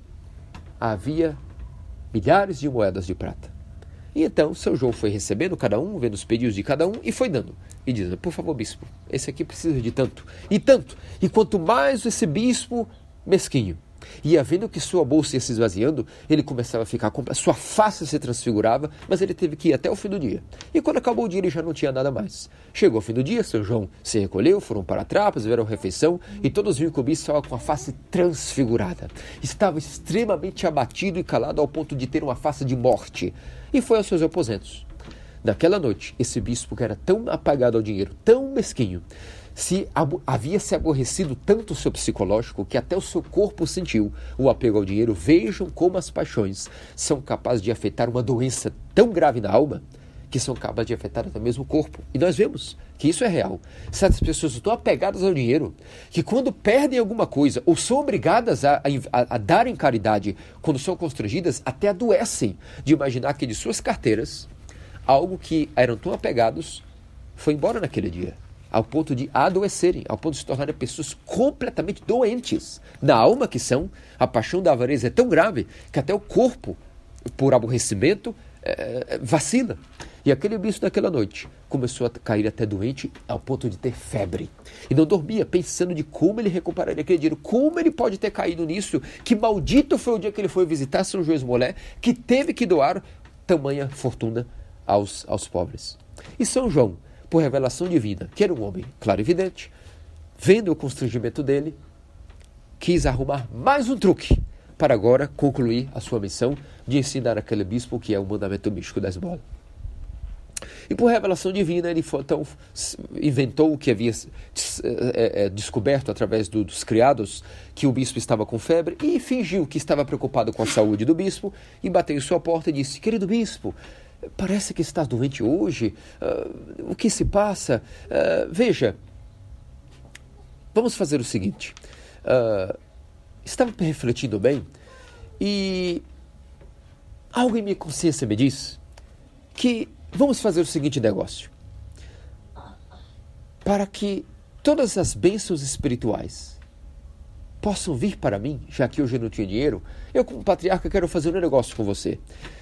havia milhares de moedas de prata. E então São João foi recebendo cada um, vendo os pedidos de cada um, e foi dando. E dizendo: por favor, bispo, esse aqui precisa de tanto, e tanto. E quanto mais esse bispo mesquinho ia vendo que sua bolsa ia se esvaziando, ele começava a ficar, sua face se transfigurava, mas ele teve que ir até o fim do dia. E quando acabou o dia, ele já não tinha nada mais. Chegou o fim do dia, São João se recolheu, foram para a trapa, fizeram refeição, e todos viram que o bispo estava com a face transfigurada. Estava extremamente abatido e calado ao ponto de ter uma face de morte. E foi aos seus aposentos. Naquela noite, esse bispo, que era tão apagado ao dinheiro, tão mesquinho, se havia se aborrecido tanto o seu psicológico que até o seu corpo sentiu o apego ao dinheiro. Vejam como as paixões são capazes de afetar uma doença tão grave na alma, que são capazes de afetar até mesmo o corpo. E nós vemos que isso é real. Certas pessoas estão apegadas ao dinheiro, que quando perdem alguma coisa ou são obrigadas a, a, a darem caridade, quando são constrangidas, até adoecem de imaginar que de suas carteiras algo que eram tão apegados foi embora naquele dia, ao ponto de adoecerem, ao ponto de se tornarem pessoas completamente doentes na alma que são. A paixão da avareza é tão grave que até o corpo, por aborrecimento, é, vacila. E aquele bispo naquela noite começou a cair até doente ao ponto de ter febre. E não dormia, pensando de como ele recuperaria aquele dinheiro, como ele pode ter caído nisso, que maldito foi o dia que ele foi visitar São João Smoller, que teve que doar tamanha fortuna aos, aos pobres. E São João, por revelação divina, que era um homem clarividente, vendo o constrangimento dele, quis arrumar mais um truque para agora concluir a sua missão de ensinar aquele bispo que é o mandamento místico da esmola. E por revelação divina, ele foi, então inventou o que havia é, é, descoberto através do, dos criados, que o bispo estava com febre, e fingiu que estava preocupado com a saúde do bispo, e bateu em sua porta e disse: querido bispo, parece que estás doente hoje, uh, o que se passa? Uh, veja, vamos fazer o seguinte, uh, estava refletindo bem, e algo em minha consciência me diz que vamos fazer o seguinte negócio, para que todas as bênçãos espirituais possam vir para mim, já que hoje eu não tinha dinheiro, eu como patriarca quero fazer um negócio com você.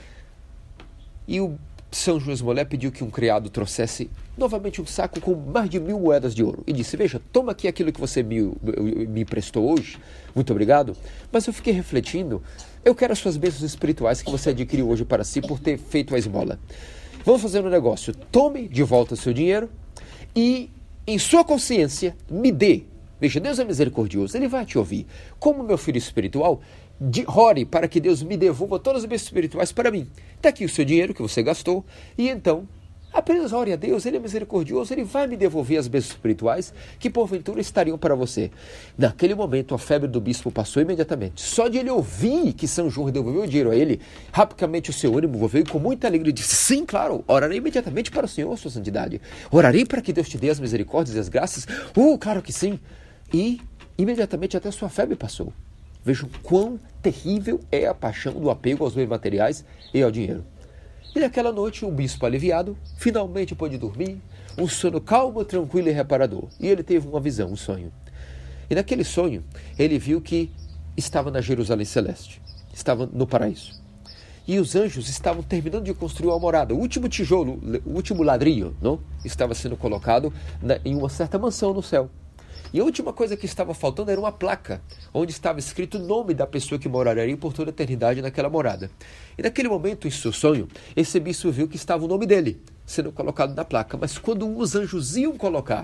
E o São João Esmolé pediu que um criado trouxesse novamente um saco com mais de mil moedas de ouro. E disse: veja, toma aqui aquilo que você me, me prestou hoje, muito obrigado. Mas eu fiquei refletindo, eu quero as suas bênçãos espirituais que você adquiriu hoje para si por ter feito a esmola. Vamos fazer um negócio, tome de volta o seu dinheiro e em sua consciência me dê. Veja, Deus é misericordioso, Ele vai te ouvir. Como meu filho espiritual, de, ore para que Deus me devolva todas as bênçãos espirituais para mim. Está aqui o seu dinheiro que você gastou, e então, apenas ore a Deus, Ele é misericordioso, Ele vai me devolver as bênçãos espirituais que porventura estariam para você. Naquele momento, a febre do bispo passou imediatamente. Só de ele ouvir que São João devolveu o dinheiro a ele, rapidamente o seu ânimo volveu e com muita alegria disse: sim, claro, orarei imediatamente para o Senhor, sua santidade. Orarei para que Deus te dê as misericórdias e as graças. Uh, claro que sim. E imediatamente até sua febre passou. Vejam quão terrível é a paixão do apego aos bens materiais e ao dinheiro. E naquela noite, o bispo aliviado finalmente pôde dormir, um sono calmo, tranquilo e reparador. E ele teve uma visão, um sonho. E naquele sonho, ele viu que estava na Jerusalém Celeste, estava no paraíso. E os anjos estavam terminando de construir uma morada. O último tijolo, o último ladrilho, não? Estava sendo colocado na, em uma certa mansão no céu. E a última coisa que estava faltando era uma placa, onde estava escrito o nome da pessoa que moraria por toda a eternidade naquela morada. E naquele momento, em seu sonho, esse bispo viu que estava o nome dele sendo colocado na placa. Mas quando os anjos iam colocar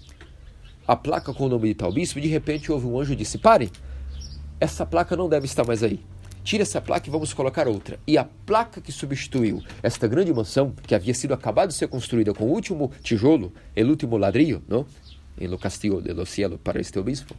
a placa com o nome de tal bispo, de repente houve um anjo e disse: pare, essa placa não deve estar mais aí. Tira essa placa e vamos colocar outra. E a placa que substituiu esta grande mansão, que havia sido acabada de ser construída com o último tijolo, o último ladrilho, não? Em lo castillo de lo cielo para este bispo,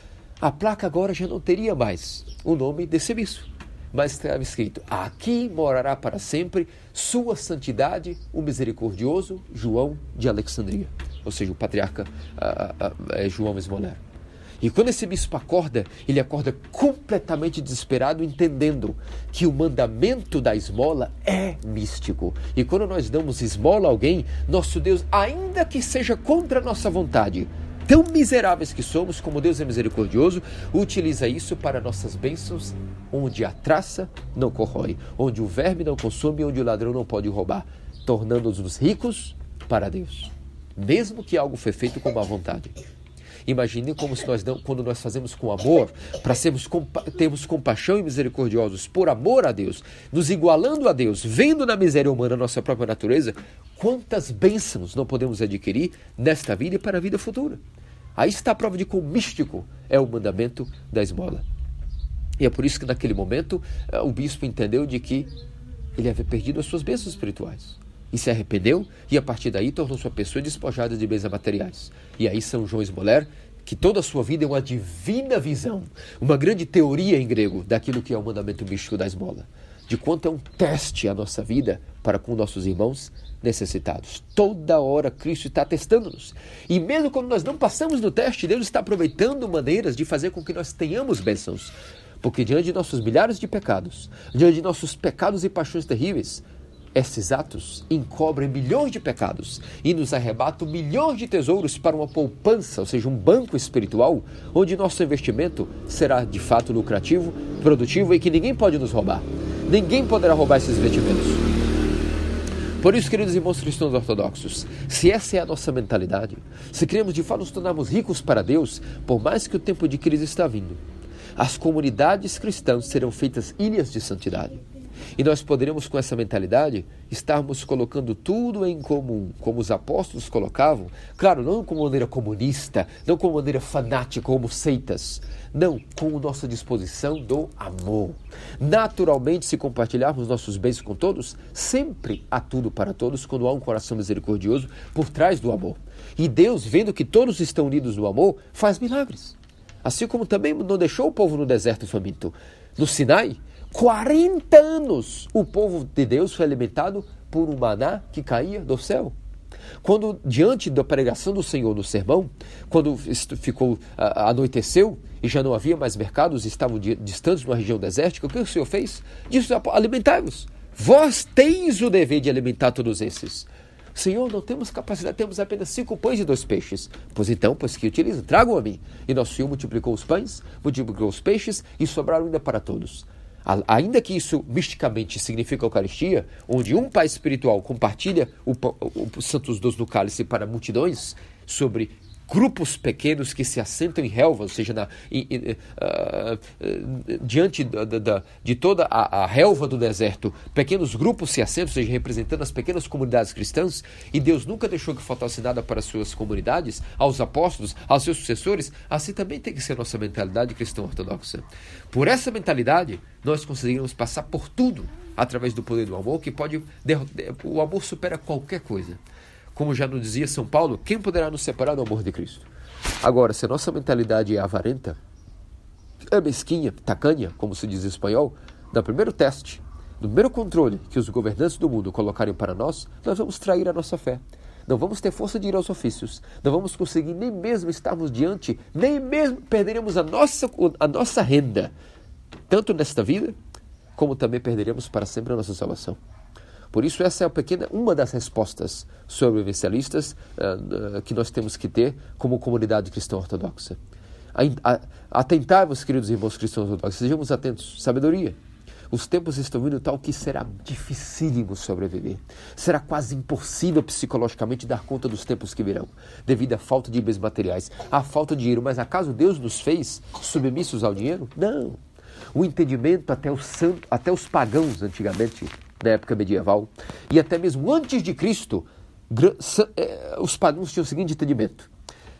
a placa agora já não teria mais o nome desse bispo, mas estava escrito: aqui morará para sempre sua santidade, o misericordioso João de Alexandria, ou seja, o patriarca uh, uh, uh, João Esmoler. E quando esse bispo acorda, ele acorda completamente desesperado, entendendo que o mandamento da esmola é místico. E quando nós damos esmola a alguém, nosso Deus, ainda que seja contra a nossa vontade, tão miseráveis que somos, como Deus é misericordioso, utiliza isso para nossas bênçãos, onde a traça não corrói, onde o verme não consome, onde o ladrão não pode roubar, tornando-nos ricos para Deus, mesmo que algo foi feito com má vontade. Imaginem como se nós não, quando nós fazemos com amor, para sermos compa- termos compaixão e misericordiosos por amor a Deus, nos igualando a Deus, vendo na miséria humana a nossa própria natureza, quantas bênçãos não podemos adquirir nesta vida e para a vida futura. Aí está a prova de quão místico é o mandamento da esmola. E é por isso que naquele momento o bispo entendeu de que ele havia perdido as suas bênçãos espirituais. E se arrependeu, e a partir daí tornou-se uma pessoa despojada de bens materiais. E aí São João Esmoler, que toda a sua vida é uma divina visão, uma grande teoria em grego daquilo que é o mandamento místico da esmola, de quanto é um teste a nossa vida para com nossos irmãos necessitados. Toda hora Cristo está testando-nos. E mesmo quando nós não passamos no teste, Deus está aproveitando maneiras de fazer com que nós tenhamos bênçãos. Porque diante de nossos milhares de pecados, diante de nossos pecados e paixões terríveis, esses atos encobrem milhões de pecados e nos arrebatam milhões de tesouros para uma poupança, ou seja, um banco espiritual, onde nosso investimento será de fato lucrativo, produtivo e que ninguém pode nos roubar. Ninguém poderá roubar esses investimentos. Por isso, queridos irmãos cristãos ortodoxos, se essa é a nossa mentalidade, se queremos de fato nos tornarmos ricos para Deus, por mais que o tempo de crise está vindo, as comunidades cristãs serão feitas ilhas de santidade. E nós poderemos, com essa mentalidade, estarmos colocando tudo em comum, como os apóstolos colocavam. Claro, não com maneira comunista, não com maneira fanática, como seitas. Não, com a nossa disposição do amor. Naturalmente, se compartilharmos nossos bens com todos, sempre há tudo para todos, quando há um coração misericordioso por trás do amor. E Deus, vendo que todos estão unidos no amor, faz milagres. Assim como também não deixou o povo no deserto faminto. No Sinai, quarenta anos o povo de Deus foi alimentado por um maná que caía do céu. Quando, diante da pregação do Senhor no sermão, quando ficou, anoiteceu e já não havia mais mercados, estavam distantes de uma região desértica, o que o Senhor fez? Disse: alimentai-vos. Vós tens o dever de alimentar todos esses. Senhor, não temos capacidade, temos apenas cinco pães e dois peixes. Pois então, pois que utilizam, tragam a mim. E nosso Senhor multiplicou os pães, multiplicou os peixes e sobraram ainda para todos. Ainda que isso misticamente significa a Eucaristia, onde um pai espiritual compartilha o, o, o Santos Dos no cálice para multidões, sobre grupos pequenos que se assentam em relva, ou seja, na, in, in, uh, uh, diante da, da, de toda a, a relva do deserto, pequenos grupos se assentam, ou seja, representando as pequenas comunidades cristãs, e Deus nunca deixou que faltasse nada para as suas comunidades, aos apóstolos, aos seus sucessores. Assim também tem que ser a nossa mentalidade cristã ortodoxa. Por essa mentalidade, nós conseguimos passar por tudo, através do poder do amor, que pode, o amor supera qualquer coisa. Como já nos dizia São Paulo, quem poderá nos separar do amor de Cristo? Agora, se a nossa mentalidade é avarenta, é mesquinha, tacanha, como se diz em espanhol, no primeiro teste, no primeiro controle que os governantes do mundo colocarem para nós, nós vamos trair a nossa fé. Não vamos ter força de ir aos ofícios. Não vamos conseguir nem mesmo estarmos diante, nem mesmo perderemos a nossa, a nossa renda, tanto nesta vida, como também perderemos para sempre a nossa salvação. Por isso, essa é a pequena, uma das respostas sobrevivencialistas uh, uh, que nós temos que ter como comunidade cristã ortodoxa. Atentai-vos, queridos irmãos cristãos ortodoxos, sejamos atentos. Sabedoria. Os tempos estão vindo tal que será dificílimo sobreviver. Será quase impossível psicologicamente dar conta dos tempos que virão, devido à falta de bens materiais, à falta de dinheiro. Mas acaso Deus nos fez submissos ao dinheiro? Não. O entendimento até os, santos, até os pagãos antigamente, na época medieval, e até mesmo antes de Cristo, os pagãos tinham o seguinte entendimento: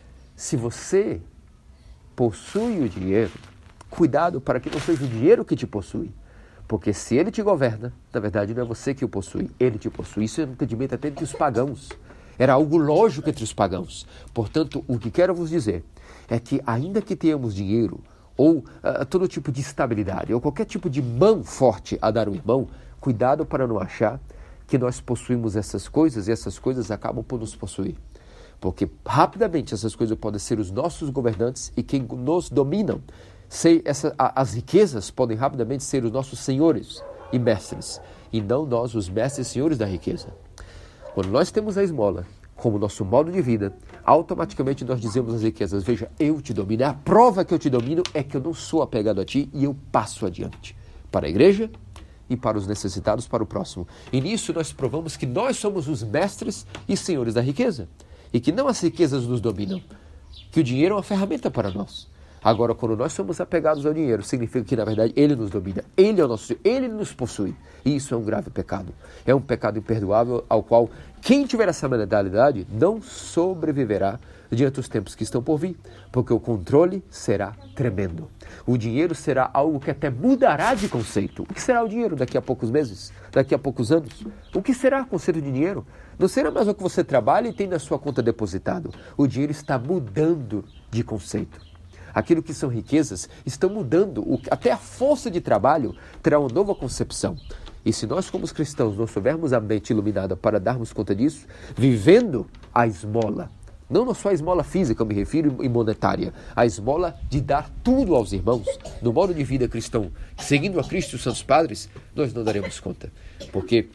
se você possui o dinheiro, cuidado para que não seja o dinheiro que te possui, porque se ele te governa, na verdade não é você que o possui, ele te possui. Isso é um entendimento até entre os pagãos, era algo lógico entre os pagãos. Portanto, o que quero vos dizer é que, ainda que tenhamos dinheiro, ou uh, todo tipo de estabilidade, ou qualquer tipo de mão forte a dar ao irmão, cuidado para não achar que nós possuímos essas coisas e essas coisas acabam por nos possuir. Porque rapidamente essas coisas podem ser os nossos governantes e quem nos dominam. Se essa, a, as riquezas podem rapidamente ser os nossos senhores e mestres, e não nós os mestres e senhores da riqueza. Quando nós temos a esmola como nosso modo de vida, automaticamente nós dizemos às riquezas: veja, eu te domino. A prova que eu te domino é que eu não sou apegado a ti e eu passo adiante para a igreja e para os necessitados, para o próximo. E nisso nós provamos que nós somos os mestres e senhores da riqueza, e que não as riquezas nos dominam, que o dinheiro é uma ferramenta para nós. Agora, quando nós somos apegados ao dinheiro, significa que, na verdade, ele nos domina, ele é o nosso, ele nos possui. E isso é um grave pecado. É um pecado imperdoável ao qual quem tiver essa mentalidade não sobreviverá diante dos tempos que estão por vir, porque o controle será tremendo. O dinheiro será algo que até mudará de conceito. O que será o dinheiro daqui a poucos meses? Daqui a poucos anos? O que será o conceito de dinheiro? Não será mais o que você trabalha e tem na sua conta depositado. O dinheiro está mudando de conceito. Aquilo que são riquezas estão mudando. Até a força de trabalho terá uma nova concepção. E se nós, como cristãos, não soubermos a mente iluminada para darmos conta disso, vivendo a esmola, não só a esmola física, eu me refiro, e monetária, a esmola de dar tudo aos irmãos, no modo de vida cristão, seguindo a Cristo e os Santos Padres, nós não daremos conta. Porque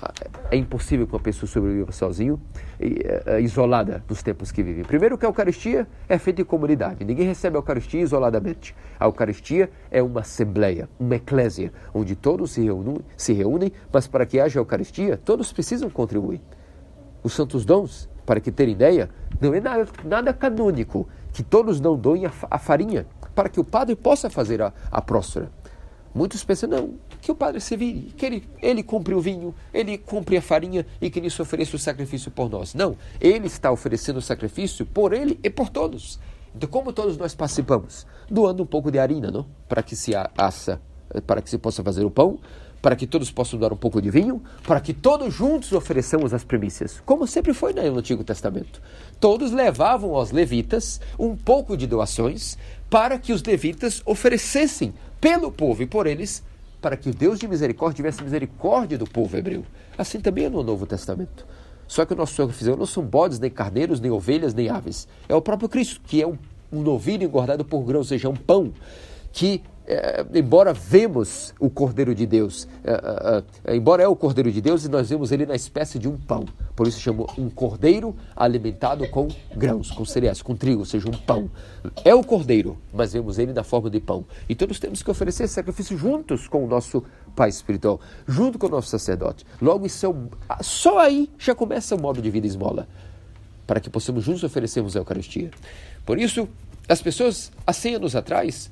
é impossível que uma pessoa sobreviva sozinho, isolada nos tempos que vivem. Primeiro que a Eucaristia é feita em comunidade. Ninguém recebe a Eucaristia isoladamente. A Eucaristia é uma assembleia, uma eclésia, onde todos se reúnem, se reúnem, mas para que haja Eucaristia, todos precisam contribuir. Os santos dons, para que terem ideia, não é nada, nada canônico que todos não doem a, a farinha, para que o padre possa fazer a, a próspera. Muitos pensam, não, que o Padre se vire, que ele, ele compre o vinho, ele compre a farinha e que isso ofereça o sacrifício por nós. Não, ele está oferecendo o sacrifício por ele e por todos. Então, como todos nós participamos? Doando um pouco de harina, não? Para que se assa, para que se possa fazer o pão, para que todos possam dar um pouco de vinho, para que todos juntos ofereçamos as primícias, como sempre foi no Antigo Testamento. Todos levavam aos levitas um pouco de doações para que os levitas oferecessem pelo povo e por eles, para que o Deus de misericórdia tivesse misericórdia do povo hebreu. Assim também é no Novo Testamento. Só que o nosso sacrifício não são bodes, nem carneiros, nem ovelhas, nem aves. É o próprio Cristo, que é um, um novilho engordado por grão, ou seja, um pão que, é, embora vemos o Cordeiro de Deus, é, é, embora é o Cordeiro de Deus, nós vemos ele na espécie de um pão. Por isso chamou um cordeiro alimentado com grãos, com cereais, com trigo, ou seja, um pão. É o cordeiro, mas vemos ele na forma de pão. Então nós temos que oferecer sacrifício juntos com o nosso Pai espiritual, junto com o nosso sacerdote. Logo, isso é o, só aí já começa o modo de vida esmola, para que possamos juntos oferecermos a Eucaristia. Por isso, as pessoas, há cem anos atrás,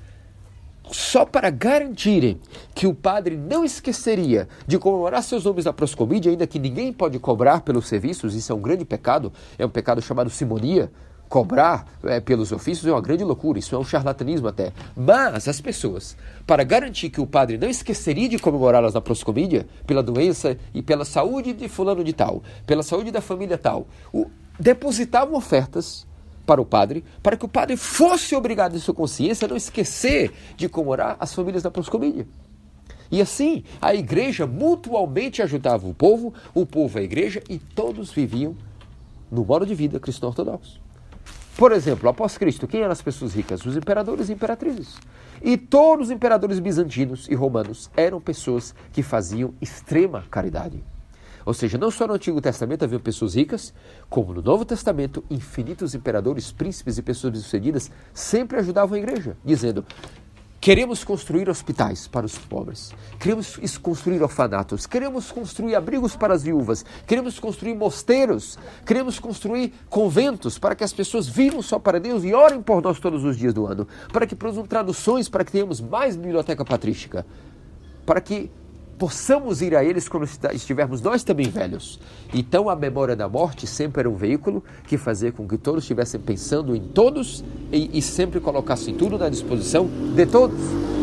só para garantirem que o padre não esqueceria de comemorar seus nomes na proscomídia, ainda que ninguém pode cobrar pelos serviços, isso é um grande pecado, é um pecado chamado simonia. Cobrar é, pelos ofícios é uma grande loucura, isso é um charlatanismo até. Mas as pessoas, para garantir que o padre não esqueceria de comemorá-las na proscomídia, pela doença e pela saúde de fulano de tal, pela saúde da família tal, o, depositavam ofertas para o padre, para que o padre fosse obrigado em sua consciência a não esquecer de comemorar as famílias da proscomídia. E assim, a igreja mutualmente ajudava o povo, o povo a igreja, e todos viviam no modo de vida cristão ortodoxo. Por exemplo, após Cristo, quem eram as pessoas ricas? Os imperadores e imperatrizes. E todos os imperadores bizantinos e romanos eram pessoas que faziam extrema caridade. Ou seja, não só no Antigo Testamento havia pessoas ricas, como no Novo Testamento, infinitos imperadores, príncipes e pessoas bem-sucedidas sempre ajudavam a igreja, dizendo: queremos construir hospitais para os pobres, queremos construir orfanatos, queremos construir abrigos para as viúvas, queremos construir mosteiros, queremos construir conventos para que as pessoas vivam só para Deus e orem por nós todos os dias do ano, para que produzam traduções, para que tenhamos mais biblioteca patrística, para que possamos ir a eles quando estivermos nós também velhos. Então a memória da morte sempre era um veículo que fazia com que todos estivessem pensando em todos e, e sempre colocassem tudo na disposição de todos.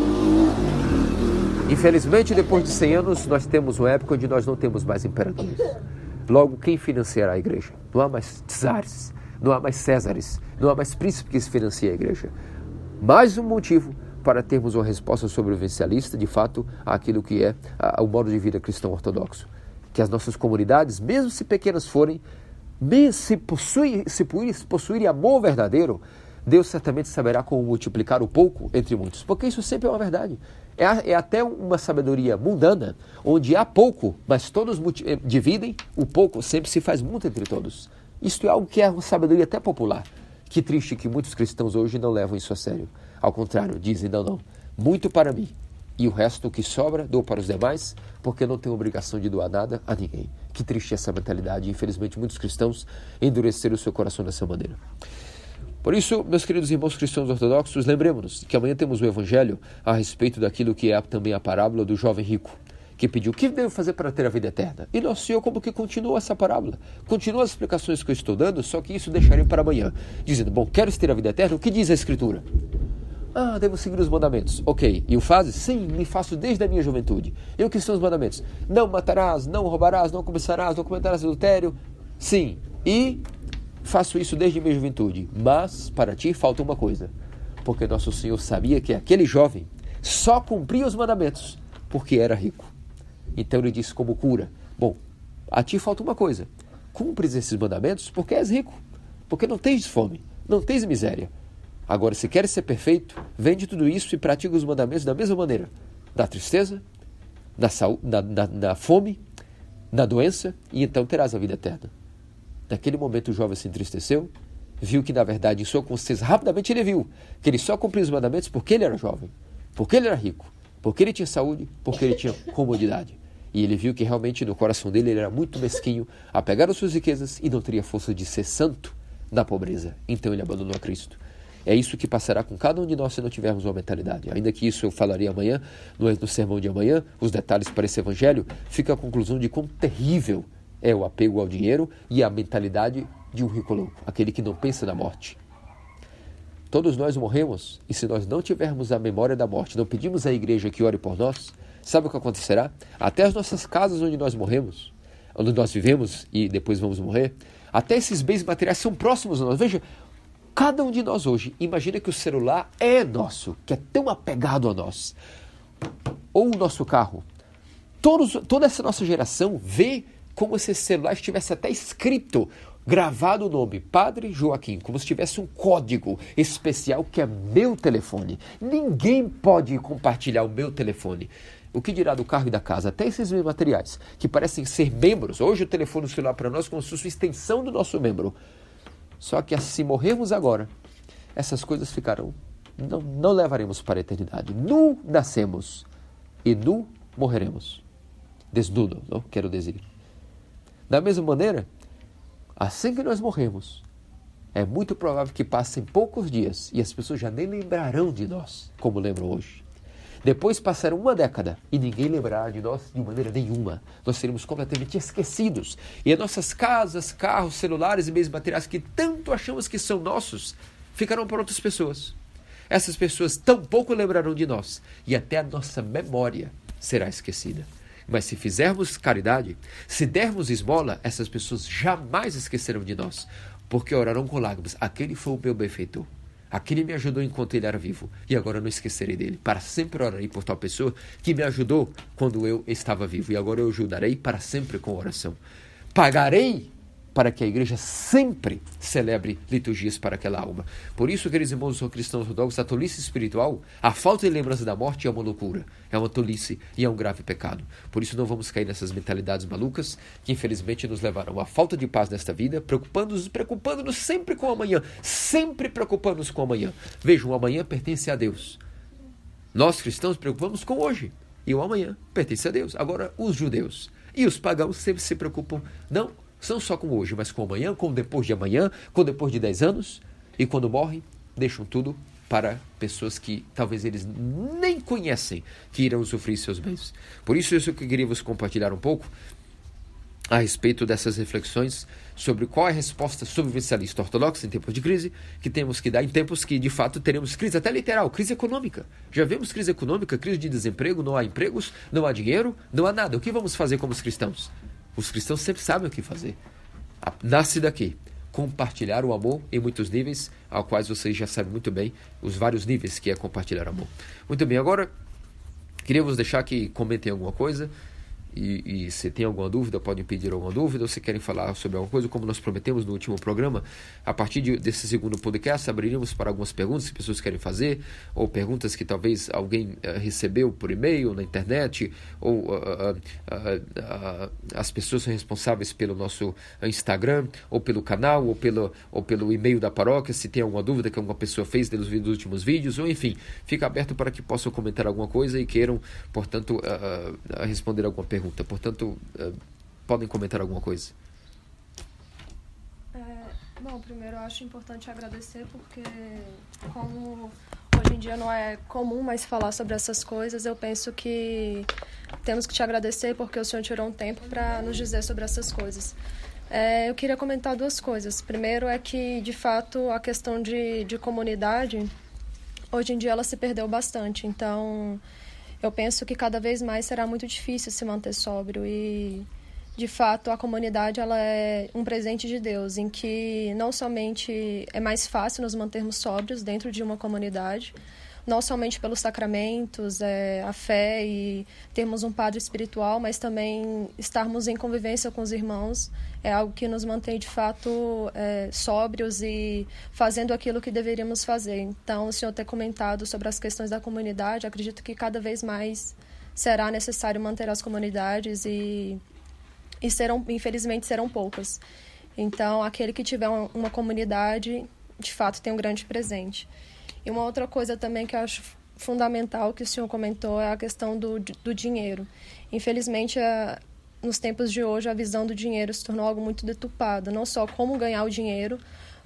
Infelizmente, depois de cem anos, nós temos uma época onde nós não temos mais imperadores. Logo, quem financiará a igreja? Não há mais czares, não há mais césares, não há mais príncipe que se financia a igreja. Mais um motivo para termos uma resposta sobrevivencialista, de fato, àquilo que é a, o modo de vida cristão ortodoxo. Que as nossas comunidades, mesmo se pequenas forem, mesmo se, possui, se possuírem amor verdadeiro, Deus certamente saberá como multiplicar o pouco entre muitos. Porque isso sempre é uma verdade. É, é até uma sabedoria mundana, onde há pouco, mas todos multi, dividem, o pouco sempre se faz muito entre todos. Isto é algo que é uma sabedoria até popular. Que triste que muitos cristãos hoje não levam isso a sério. Ao contrário, dizem, não, não, muito para mim. E o resto que sobra, dou para os demais, porque não tenho obrigação de doar nada a ninguém. Que triste essa mentalidade. Infelizmente, muitos cristãos endureceram o seu coração dessa maneira. Por isso, meus queridos irmãos cristãos ortodoxos, lembremos-nos que amanhã temos o Evangelho a respeito daquilo que é também a parábola do jovem rico, que pediu: o que devo fazer para ter a vida eterna? E nosso Senhor como que continua essa parábola. Continua as explicações que eu estou dando, só que isso deixarei para amanhã. Dizendo: bom, queres ter a vida eterna? O que diz a Escritura? Ah, devo seguir os mandamentos. Ok. E o fazes? Sim, me faço desde a minha juventude. E o que são os mandamentos? Não matarás, não roubarás, não cobiçarás, não cometerás adultério. Sim. E faço isso desde a minha juventude. Mas para ti falta uma coisa. Porque nosso Senhor sabia que aquele jovem só cumpria os mandamentos porque era rico. Então ele disse como cura: bom, a ti falta uma coisa. Cumpres esses mandamentos porque és rico. Porque não tens fome, não tens miséria. Agora, se queres ser perfeito, vende tudo isso e pratica os mandamentos da mesma maneira. Na tristeza, na, saúde, na, na, na fome, na doença, e então terás a vida eterna. Naquele momento o jovem se entristeceu, viu que na verdade, em sua consciência, rapidamente ele viu que ele só cumpria os mandamentos porque ele era jovem, porque ele era rico, porque ele tinha saúde, porque ele tinha comodidade. E ele viu que realmente no coração dele ele era muito mesquinho, apegado às suas riquezas e não teria força de ser santo na pobreza. Então ele abandonou a Cristo. É isso que passará com cada um de nós se não tivermos uma mentalidade. Ainda que isso eu falaria amanhã, no, no sermão de amanhã, os detalhes para esse evangelho, fica a conclusão de quão terrível é o apego ao dinheiro e a mentalidade de um rico louco, aquele que não pensa na morte. Todos nós morremos, e se nós não tivermos a memória da morte, não pedimos à igreja que ore por nós, sabe o que acontecerá? Até as nossas casas onde nós morremos, onde nós vivemos e depois vamos morrer, até esses bens materiais são próximos a nós. Veja, cada um de nós hoje, imagina que o celular é nosso, que é tão apegado a nós, ou o nosso carro. Todos, toda essa nossa geração vê como se esse celular estivesse até escrito, gravado o nome Padre Joaquim, como se tivesse um código especial que é meu telefone. Ninguém pode compartilhar o meu telefone. O que dirá do carro e da casa? Até esses bens materiais, que parecem ser membros. Hoje o telefone celular para nós é como se fosse uma extensão do nosso membro. Só que se morrermos agora, essas coisas ficarão, não, não levaremos para a eternidade. Nu nascemos e nu morreremos. Desnudo, não quero dizer. Da mesma maneira, assim que nós morremos, é muito provável que passem poucos dias e as pessoas já nem lembrarão de nós, como lembram hoje. Depois passará uma década e ninguém lembrará de nós de maneira nenhuma. Nós seremos completamente esquecidos. E as nossas casas, carros, celulares e bens materiais que tanto achamos que são nossos, ficarão para outras pessoas. Essas pessoas tampouco lembrarão de nós e até a nossa memória será esquecida. Mas se fizermos caridade, se dermos esmola, essas pessoas jamais esquecerão de nós, porque orarão com lágrimas. Aquele foi o meu benfeitor. Aquele me ajudou enquanto ele era vivo, e agora eu não esquecerei dele. Para sempre orarei por tal pessoa que me ajudou quando eu estava vivo, e agora eu ajudarei para sempre com oração. Pagarei para que a igreja sempre celebre liturgias para aquela alma. Por isso, queridos irmãos cristãos ortodoxos, a tolice espiritual, a falta de lembrança da morte é uma loucura, é uma tolice e é um grave pecado. Por isso não vamos cair nessas mentalidades malucas que infelizmente nos levarão à falta de paz nesta vida, preocupando-nos preocupando-nos sempre com o amanhã, sempre preocupando-nos com o amanhã. Vejam, o amanhã pertence a Deus. Nós cristãos preocupamos com hoje e o amanhã pertence a Deus. Agora, os judeus e os pagãos sempre se preocupam, não Não só com hoje, mas com amanhã, com depois de amanhã, com depois de dez anos. E quando morrem, deixam tudo para pessoas que talvez eles nem conhecem que irão sofrer seus bens. Por isso, isso que eu queria vos compartilhar um pouco a respeito dessas reflexões sobre qual é a resposta sobrevivencialista ortodoxa em tempos de crise, que temos que dar em tempos que, de fato, teremos crise até literal, crise econômica. Já vemos crise econômica, crise de desemprego, não há empregos, não há dinheiro, não há nada. O que vamos fazer como os cristãos? Os cristãos sempre sabem o que fazer. Nasce daqui. Compartilhar o amor em muitos níveis, ao quais vocês já sabem muito bem, os vários níveis que é compartilhar amor. Muito bem, agora, queria vos deixar que comentem alguma coisa. E, e se tem alguma dúvida, podem pedir alguma dúvida, ou se querem falar sobre alguma coisa, como nós prometemos no último programa, a partir de, desse segundo podcast, abriríamos para algumas perguntas que pessoas querem fazer, ou perguntas que talvez alguém uh, recebeu por e-mail, na internet, ou uh, uh, uh, uh, as pessoas são responsáveis pelo nosso Instagram, ou pelo canal, ou pelo, ou pelo e-mail da paróquia, se tem alguma dúvida que alguma pessoa fez dos últimos vídeos, ou enfim, fica aberto para que possam comentar alguma coisa e queiram, portanto, uh, uh, responder alguma pergunta. Pergunta. Portanto, uh, podem comentar alguma coisa. É, bom, primeiro eu acho importante agradecer porque, como hoje em dia não é comum mais falar sobre essas coisas, eu penso que temos que te agradecer porque o senhor tirou um tempo para nos dizer sobre essas coisas. É, eu queria comentar duas coisas. Primeiro é que, de fato, a questão de, de comunidade, hoje em dia ela se perdeu bastante. Então, eu penso que cada vez mais será muito difícil se manter sóbrio e, de fato, a comunidade ela é um presente de Deus, em que não somente é mais fácil nos mantermos sóbrios dentro de uma comunidade, não somente pelos sacramentos, é, a fé e termos um padre espiritual, mas também estarmos em convivência com os irmãos é algo que nos mantém, de fato, é, sóbrios e fazendo aquilo que deveríamos fazer. Então, o senhor ter comentado sobre as questões da comunidade, acredito que cada vez mais será necessário manter as comunidades e, e serão, infelizmente, serão poucas. Então, aquele que tiver uma comunidade, de fato, tem um grande presente. E uma outra coisa também que eu acho fundamental que o senhor comentou é a questão do, do dinheiro. Infelizmente, a, nos tempos de hoje, a visão do dinheiro se tornou algo muito deturpada. Não só como ganhar o dinheiro,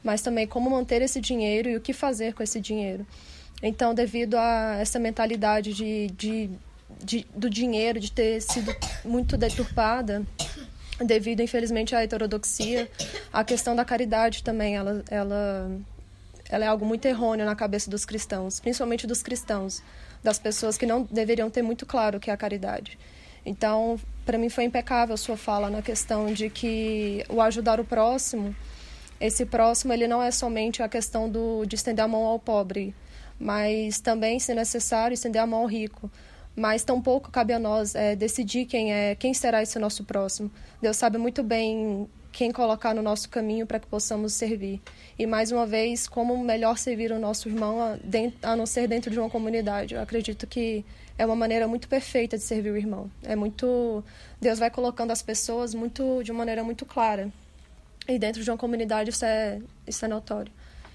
mas também como manter esse dinheiro e o que fazer com esse dinheiro. Então, devido a essa mentalidade de, de, de, do dinheiro, de ter sido muito deturpada, devido, infelizmente, à heterodoxia, a questão da caridade também, ela, ela, ela é algo muito errôneo na cabeça dos cristãos, principalmente dos cristãos, das pessoas que não deveriam ter muito claro o que é a caridade. Então, para mim foi impecável a sua fala na questão de que o ajudar o próximo, esse próximo ele não é somente a questão do, de estender a mão ao pobre, mas também, se necessário, estender a mão ao rico. Mas tampouco cabe a nós é, decidir quem é, quem será esse nosso próximo. Deus sabe muito bem quem colocar no nosso caminho para que possamos servir. E, mais uma vez, como melhor servir o nosso irmão a, a não ser dentro de uma comunidade. Eu acredito que é uma maneira muito perfeita de servir o irmão. É muito... Deus vai colocando as pessoas muito, de uma maneira muito clara. E dentro de uma comunidade isso é, isso é notório.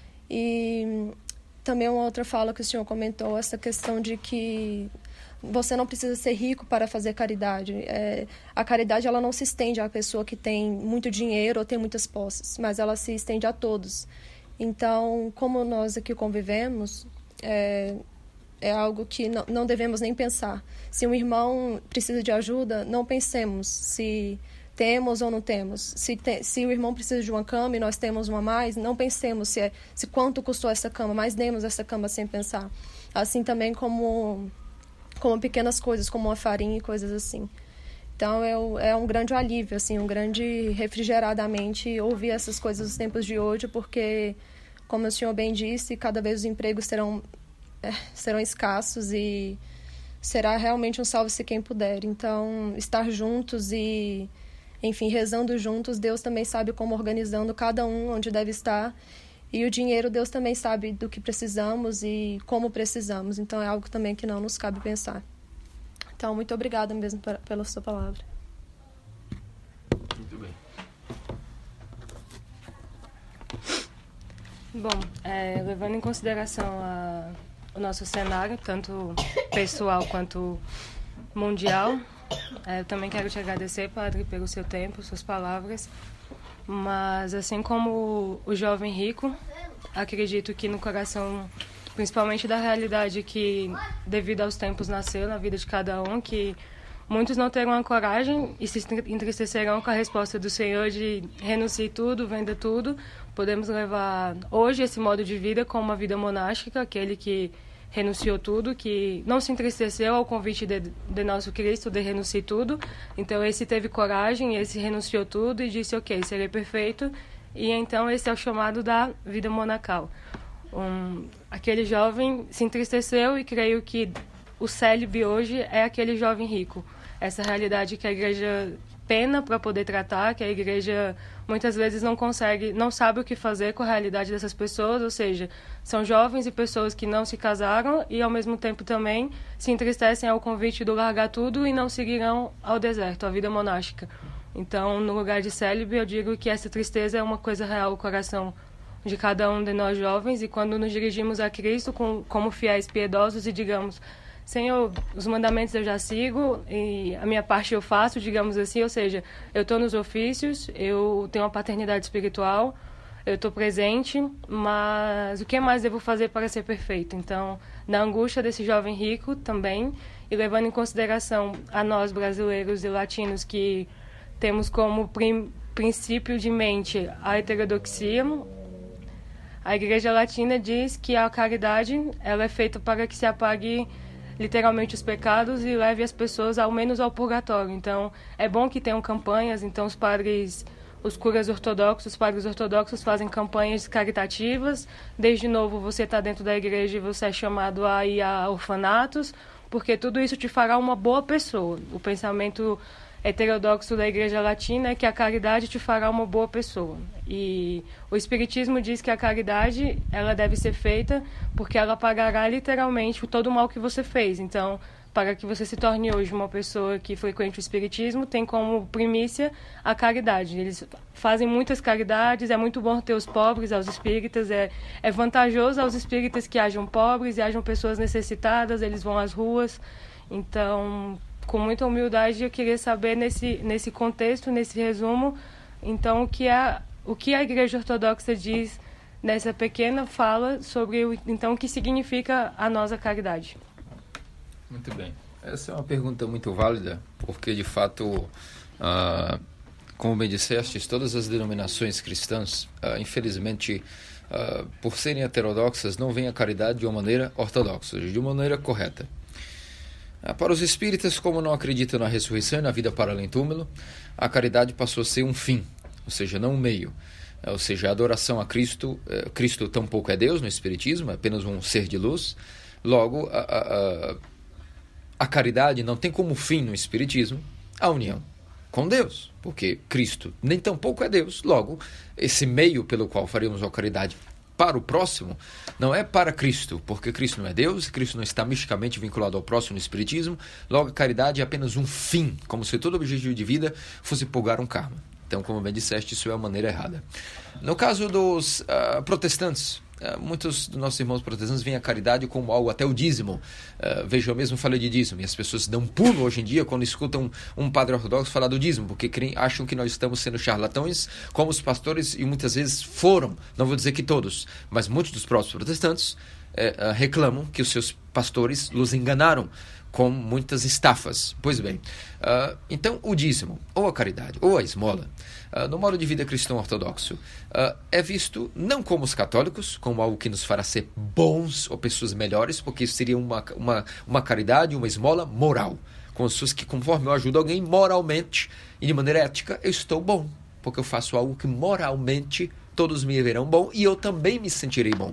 E também uma outra fala que o senhor comentou, essa questão de que você não precisa ser rico para fazer caridade. É, a caridade ela não se estende à pessoa que tem muito dinheiro ou tem muitas posses, mas ela se estende a todos. Então, como nós aqui convivemos, é, é algo que não, não devemos nem pensar. Se um irmão precisa de ajuda, não pensemos se temos ou não temos. Se, te, se o irmão precisa de uma cama e nós temos uma a mais, não pensemos se, é, se quanto custou essa cama, mas demos essa cama sem pensar. Assim também como... como pequenas coisas, como uma farinha e coisas assim. Então, é, é um grande alívio, assim, um grande refrigerar da mente ouvir essas coisas nos tempos de hoje, porque, como o senhor bem disse, cada vez os empregos serão, é, serão escassos e será realmente um salve-se quem puder. Então, estar juntos e, enfim, rezando juntos, Deus também sabe como organizando cada um onde deve estar. E o dinheiro, Deus também sabe do que precisamos e como precisamos. Então, é algo também que não nos cabe pensar. Então, muito obrigada mesmo pela sua palavra. Muito bem. Bom, é, levando em consideração a, o nosso cenário, tanto pessoal quanto mundial, é, eu também quero te agradecer, Padre, pelo seu tempo, suas palavras. Mas, assim como o jovem rico, acredito que no coração, principalmente da realidade que, devido aos tempos, nasceu na vida de cada um, que muitos não terão a coragem e se entristecerão com a resposta do Senhor de renuncie tudo, venda tudo. Podemos levar hoje esse modo de vida como uma vida monástica, aquele que renunciou tudo, que não se entristeceu ao convite de, de nosso Cristo de renuncie tudo. Então, esse teve coragem, esse renunciou tudo e disse, ok, serei perfeito. E então, esse é o chamado da vida monacal. Um, aquele jovem se entristeceu e creio que o célibe hoje é aquele jovem rico. Essa realidade que a igreja pena para poder tratar, que a igreja muitas vezes não consegue, não sabe o que fazer com a realidade dessas pessoas, ou seja, são jovens e pessoas que não se casaram e ao mesmo tempo também se entristecem ao convite do largar tudo e não seguirão ao deserto, à vida monástica. Então, no lugar de célibe, eu digo que essa tristeza é uma coisa real, o coração de cada um de nós jovens, e quando nos dirigimos a Cristo com, como fiéis piedosos e digamos, Senhor, os mandamentos eu já sigo e a minha parte eu faço, digamos assim, ou seja, eu estou nos ofícios, eu tenho uma paternidade espiritual, eu estou presente, mas o que mais devo fazer para ser perfeito? Então, na angústia desse jovem rico também, e levando em consideração a nós brasileiros e latinos que temos como prim, princípio de mente a heterodoxia, a Igreja Latina diz que a caridade ela é feita para que se apague literalmente os pecados e leve as pessoas ao menos ao purgatório. Então, é bom que tenham campanhas, então os padres, os curas ortodoxos, os padres ortodoxos fazem campanhas caritativas. Desde novo, você está dentro da igreja e você é chamado a ir a orfanatos, porque tudo isso te fará uma boa pessoa. O pensamento heterodoxo da Igreja Latina é que a caridade te fará uma boa pessoa. E o Espiritismo diz que a caridade ela deve ser feita porque ela pagará literalmente todo o mal que você fez. Então, para que você se torne hoje uma pessoa que frequente o Espiritismo, tem como primícia a caridade. Eles fazem muitas caridades, é muito bom ter os pobres aos espíritas, é, é vantajoso aos espíritas que hajam pobres e hajam pessoas necessitadas, eles vão às ruas. Então, com muita humildade, eu queria saber nesse, nesse contexto, nesse resumo, então, o que, é, o que a Igreja Ortodoxa diz nessa pequena fala sobre o, então, o que significa a nossa caridade. Muito bem. Essa é uma pergunta muito válida, porque, de fato, ah, como bem disseste, todas as denominações cristãs, ah, infelizmente, ah, por serem heterodoxas, não veem a caridade de uma maneira ortodoxa, de uma maneira correta. Ah, para os espíritas, como não acreditam na ressurreição e na vida para além do túmulo, a caridade passou a ser um fim, ou seja, não um meio. Ah, ou seja, a adoração a Cristo, eh, Cristo tampouco é Deus no espiritismo, é apenas um ser de luz. Logo, a, a, a, a caridade não tem como fim no espiritismo a união com Deus, porque Cristo nem tampouco é Deus. Logo, esse meio pelo qual faremos a caridade para o próximo não é para Cristo, porque Cristo não é Deus, Cristo não está misticamente vinculado ao próximo no espiritismo. Logo, a caridade é apenas um fim, como se todo objetivo de vida fosse purgar um karma. Então, como bem disseste, isso é a maneira errada. No caso dos uh, protestantes, uh, muitos dos nossos irmãos protestantes veem a caridade como algo, até o dízimo. Uh, veja, eu mesmo falei de dízimo, e as pessoas dão um pulo hoje em dia quando escutam um padre ortodoxo falar do dízimo, porque creem, acham que nós estamos sendo charlatões, como os pastores, e muitas vezes foram, não vou dizer que todos, mas muitos dos próprios protestantes uh, uh, reclamam que os seus pastores os enganaram com muitas estafas. Pois bem, uh, então o dízimo, ou a caridade, ou a esmola, uh, no modo de vida cristão ortodoxo, uh, é visto não como os católicos, como algo que nos fará ser bons ou pessoas melhores, porque isso seria uma, uma, uma caridade, uma esmola moral, com as pessoas que, conforme eu ajudo alguém moralmente e de maneira ética, eu estou bom, porque eu faço algo que moralmente todos me verão bom e eu também me sentirei bom.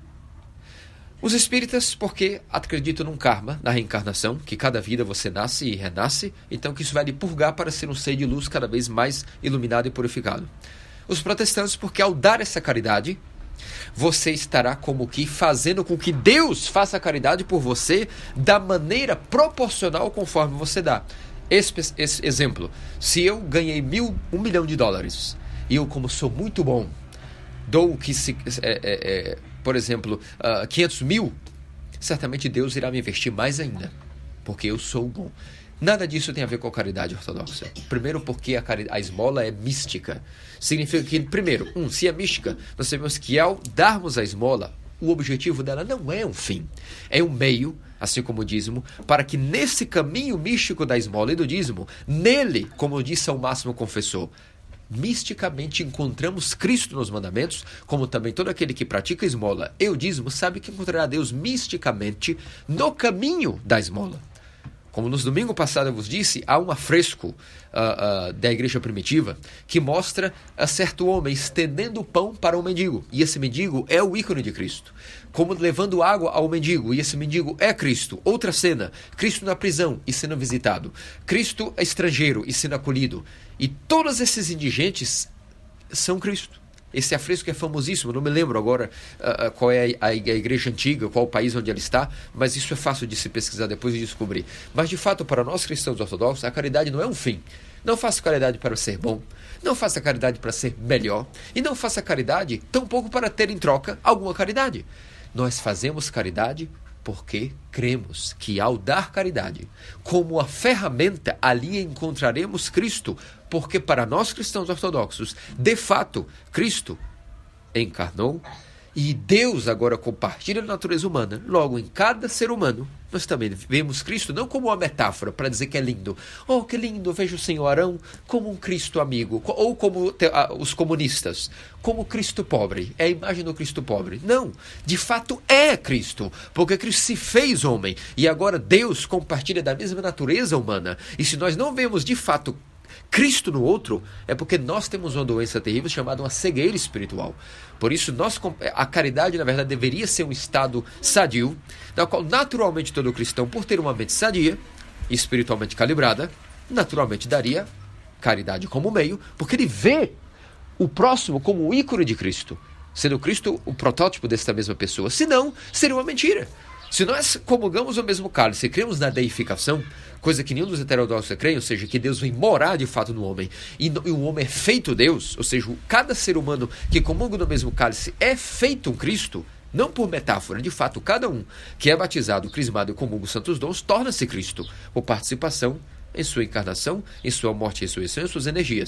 Os espíritas, porque acreditam num karma, na reencarnação, que cada vida você nasce e renasce, então que isso vai lhe purgar para ser um ser de luz cada vez mais iluminado e purificado. Os protestantes, porque ao dar essa caridade, você estará como que fazendo com que Deus faça a caridade por você da maneira proporcional conforme você dá. Esse, esse exemplo, se eu ganhei mil, um milhão de dólares, e eu, como sou muito bom, dou o que se... É, é, é, por exemplo, uh, quinhentos mil, certamente Deus irá me investir mais ainda, porque eu sou bom. Nada disso tem a ver com a caridade ortodoxa. Primeiro, porque a, caridade, a esmola é mística. Significa que, primeiro, um, se é mística, nós sabemos que ao darmos a esmola, o objetivo dela não é um fim, é um meio, assim como o dízimo, para que nesse caminho místico da esmola e do dízimo, nele, como disse ao máximo confessor, misticamente encontramos Cristo nos mandamentos, como também todo aquele que pratica esmola e o dízimo sabe que encontrará Deus misticamente no caminho da esmola. Como nos domingo passado eu vos disse, há um afresco uh, uh, da igreja primitiva que mostra a certo homem estendendo o pão para um mendigo, e esse mendigo é o ícone de Cristo, como levando água ao mendigo, e esse mendigo é Cristo. Outra cena, Cristo na prisão e sendo visitado, Cristo estrangeiro e sendo acolhido, e todos esses indigentes são Cristo. Esse afresco é famosíssimo, não me lembro agora uh, qual é a, a igreja antiga, qual o país onde ela está, mas isso é fácil de se pesquisar depois e descobrir. Mas, de fato, para nós cristãos ortodoxos, a caridade não é um fim. Não faça caridade para ser bom, não faça caridade para ser melhor, e não faça caridade tampouco para ter em troca alguma caridade. Nós fazemos caridade porque cremos que ao dar caridade, como a ferramenta, ali encontraremos Cristo, porque para nós cristãos ortodoxos, de fato, Cristo encarnou e Deus agora compartilha a natureza humana. Logo, em cada ser humano, nós também vemos Cristo não como uma metáfora para dizer que é lindo. Oh, que lindo, vejo o Senhor Arão como um Cristo amigo. Ou como te, ah, os comunistas, como Cristo pobre. É a imagem do Cristo pobre. Não, de fato é Cristo, porque Cristo se fez homem e agora Deus compartilha da mesma natureza humana. E se nós não vemos de fato Cristo no outro, é porque nós temos uma doença terrível chamada uma cegueira espiritual. Por isso, nós, a caridade, na verdade, deveria ser um estado sadio, na qual, naturalmente, todo cristão, por ter uma mente sadia, espiritualmente calibrada, naturalmente daria caridade como meio, porque ele vê o próximo como o ícone de Cristo, sendo Cristo o protótipo desta mesma pessoa. Senão, seria uma mentira. Se nós comungamos o mesmo cálice e cremos na deificação, coisa que nenhum dos heterodoxos crê, ou seja, que Deus vem morar de fato no homem, e, no, e o homem é feito Deus, ou seja, cada ser humano que comunga no mesmo cálice é feito um Cristo, não por metáfora, de fato, cada um que é batizado, crismado e comunga os santos dons, torna-se Cristo, por participação em sua encarnação, em sua morte e ressurreição, em suas energias.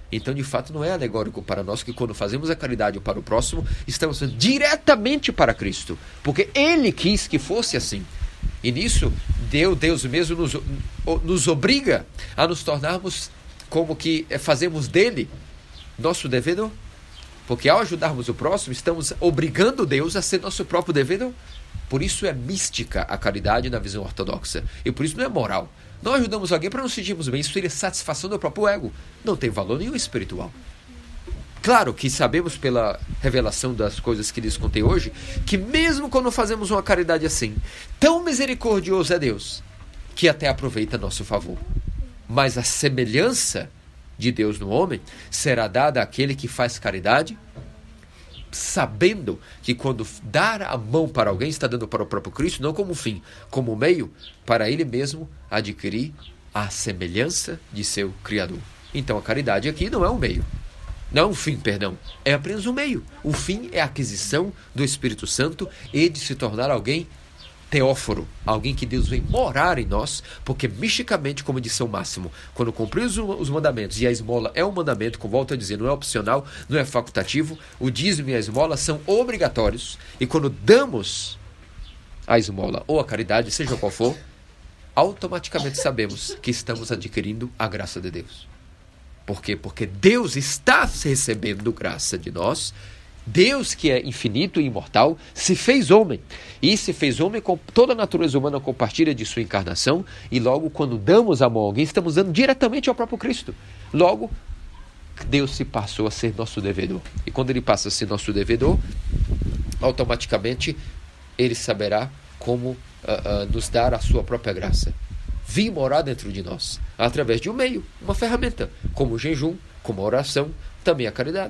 Então, de fato, não é alegórico para nós que quando fazemos a caridade para o próximo, estamos fazendo diretamente para Cristo, porque Ele quis que fosse assim. E nisso, Deus, Deus mesmo nos, nos obriga a nos tornarmos como que fazemos dele nosso devedor. Porque ao ajudarmos o próximo, estamos obrigando Deus a ser nosso próprio devedor. Por isso é mística a caridade na visão ortodoxa. E por isso não é moral. Nós ajudamos alguém para nos sentirmos bem. Isso seria satisfação do próprio ego. Não tem valor nenhum espiritual. Claro que sabemos pela revelação das coisas que lhes contei hoje, que mesmo quando fazemos uma caridade assim, tão misericordioso é Deus, que até aproveita a nosso favor. Mas a semelhança de Deus no homem será dada àquele que faz caridade, sabendo que quando dar a mão para alguém, está dando para o próprio Cristo, não como fim, como meio, para ele mesmo adquirir a semelhança de seu Criador. Então a caridade aqui não é um meio. Não é um fim, perdão. É apenas um meio. O fim é a aquisição do Espírito Santo e de se tornar alguém teóforo, alguém que Deus vem morar em nós, porque misticamente, como disse São Máximo, quando cumprimos os mandamentos, e a esmola é um mandamento, como volto a dizer, não é opcional, não é facultativo, o dízimo e a esmola são obrigatórios, e quando damos a esmola ou a caridade, seja qual for, automaticamente sabemos que estamos adquirindo a graça de Deus. Por quê? Porque Deus está recebendo graça de nós. Deus, que é infinito e imortal, se fez homem. E se fez homem, com toda a natureza humana compartilha de sua encarnação. E logo, quando damos a mão a alguém, estamos dando diretamente ao próprio Cristo. Logo, Deus se passou a ser nosso devedor. E quando Ele passa a ser nosso devedor, automaticamente Ele saberá como uh, uh, nos dar a sua própria graça. Vir morar dentro de nós, através de um meio, uma ferramenta, como o jejum, como a oração, também a caridade.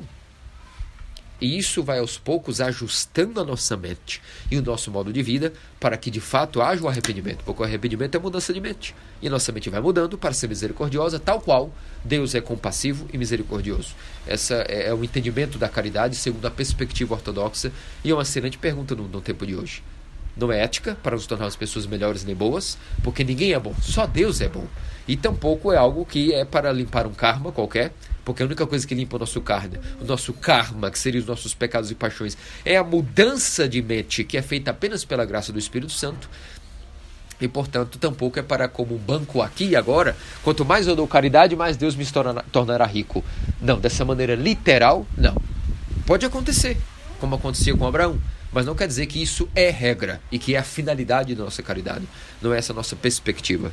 E isso vai aos poucos ajustando a nossa mente e o nosso modo de vida para que de fato haja o arrependimento, porque o arrependimento é mudança de mente. E nossa mente vai mudando para ser misericordiosa, tal qual Deus é compassivo e misericordioso. Esse é o entendimento da caridade segundo a perspectiva ortodoxa e é uma excelente pergunta no, no tempo de hoje. Não é ética para nos tornarmos pessoas melhores nem boas, porque ninguém é bom, só Deus é bom. E tampouco é algo que é para limpar um karma qualquer, porque a única coisa que limpa o nosso karma, o nosso karma, que seriam os nossos pecados e paixões, é a mudança de mente, que é feita apenas pela graça do Espírito Santo. E, portanto, tampouco é para como um banco aqui e agora, quanto mais eu dou caridade, mais Deus me tornará, tornará rico. Não, dessa maneira literal, não. Pode acontecer, como acontecia com Abraão. Mas não quer dizer que isso é regra e que é a finalidade da nossa caridade. Não é essa a nossa perspectiva.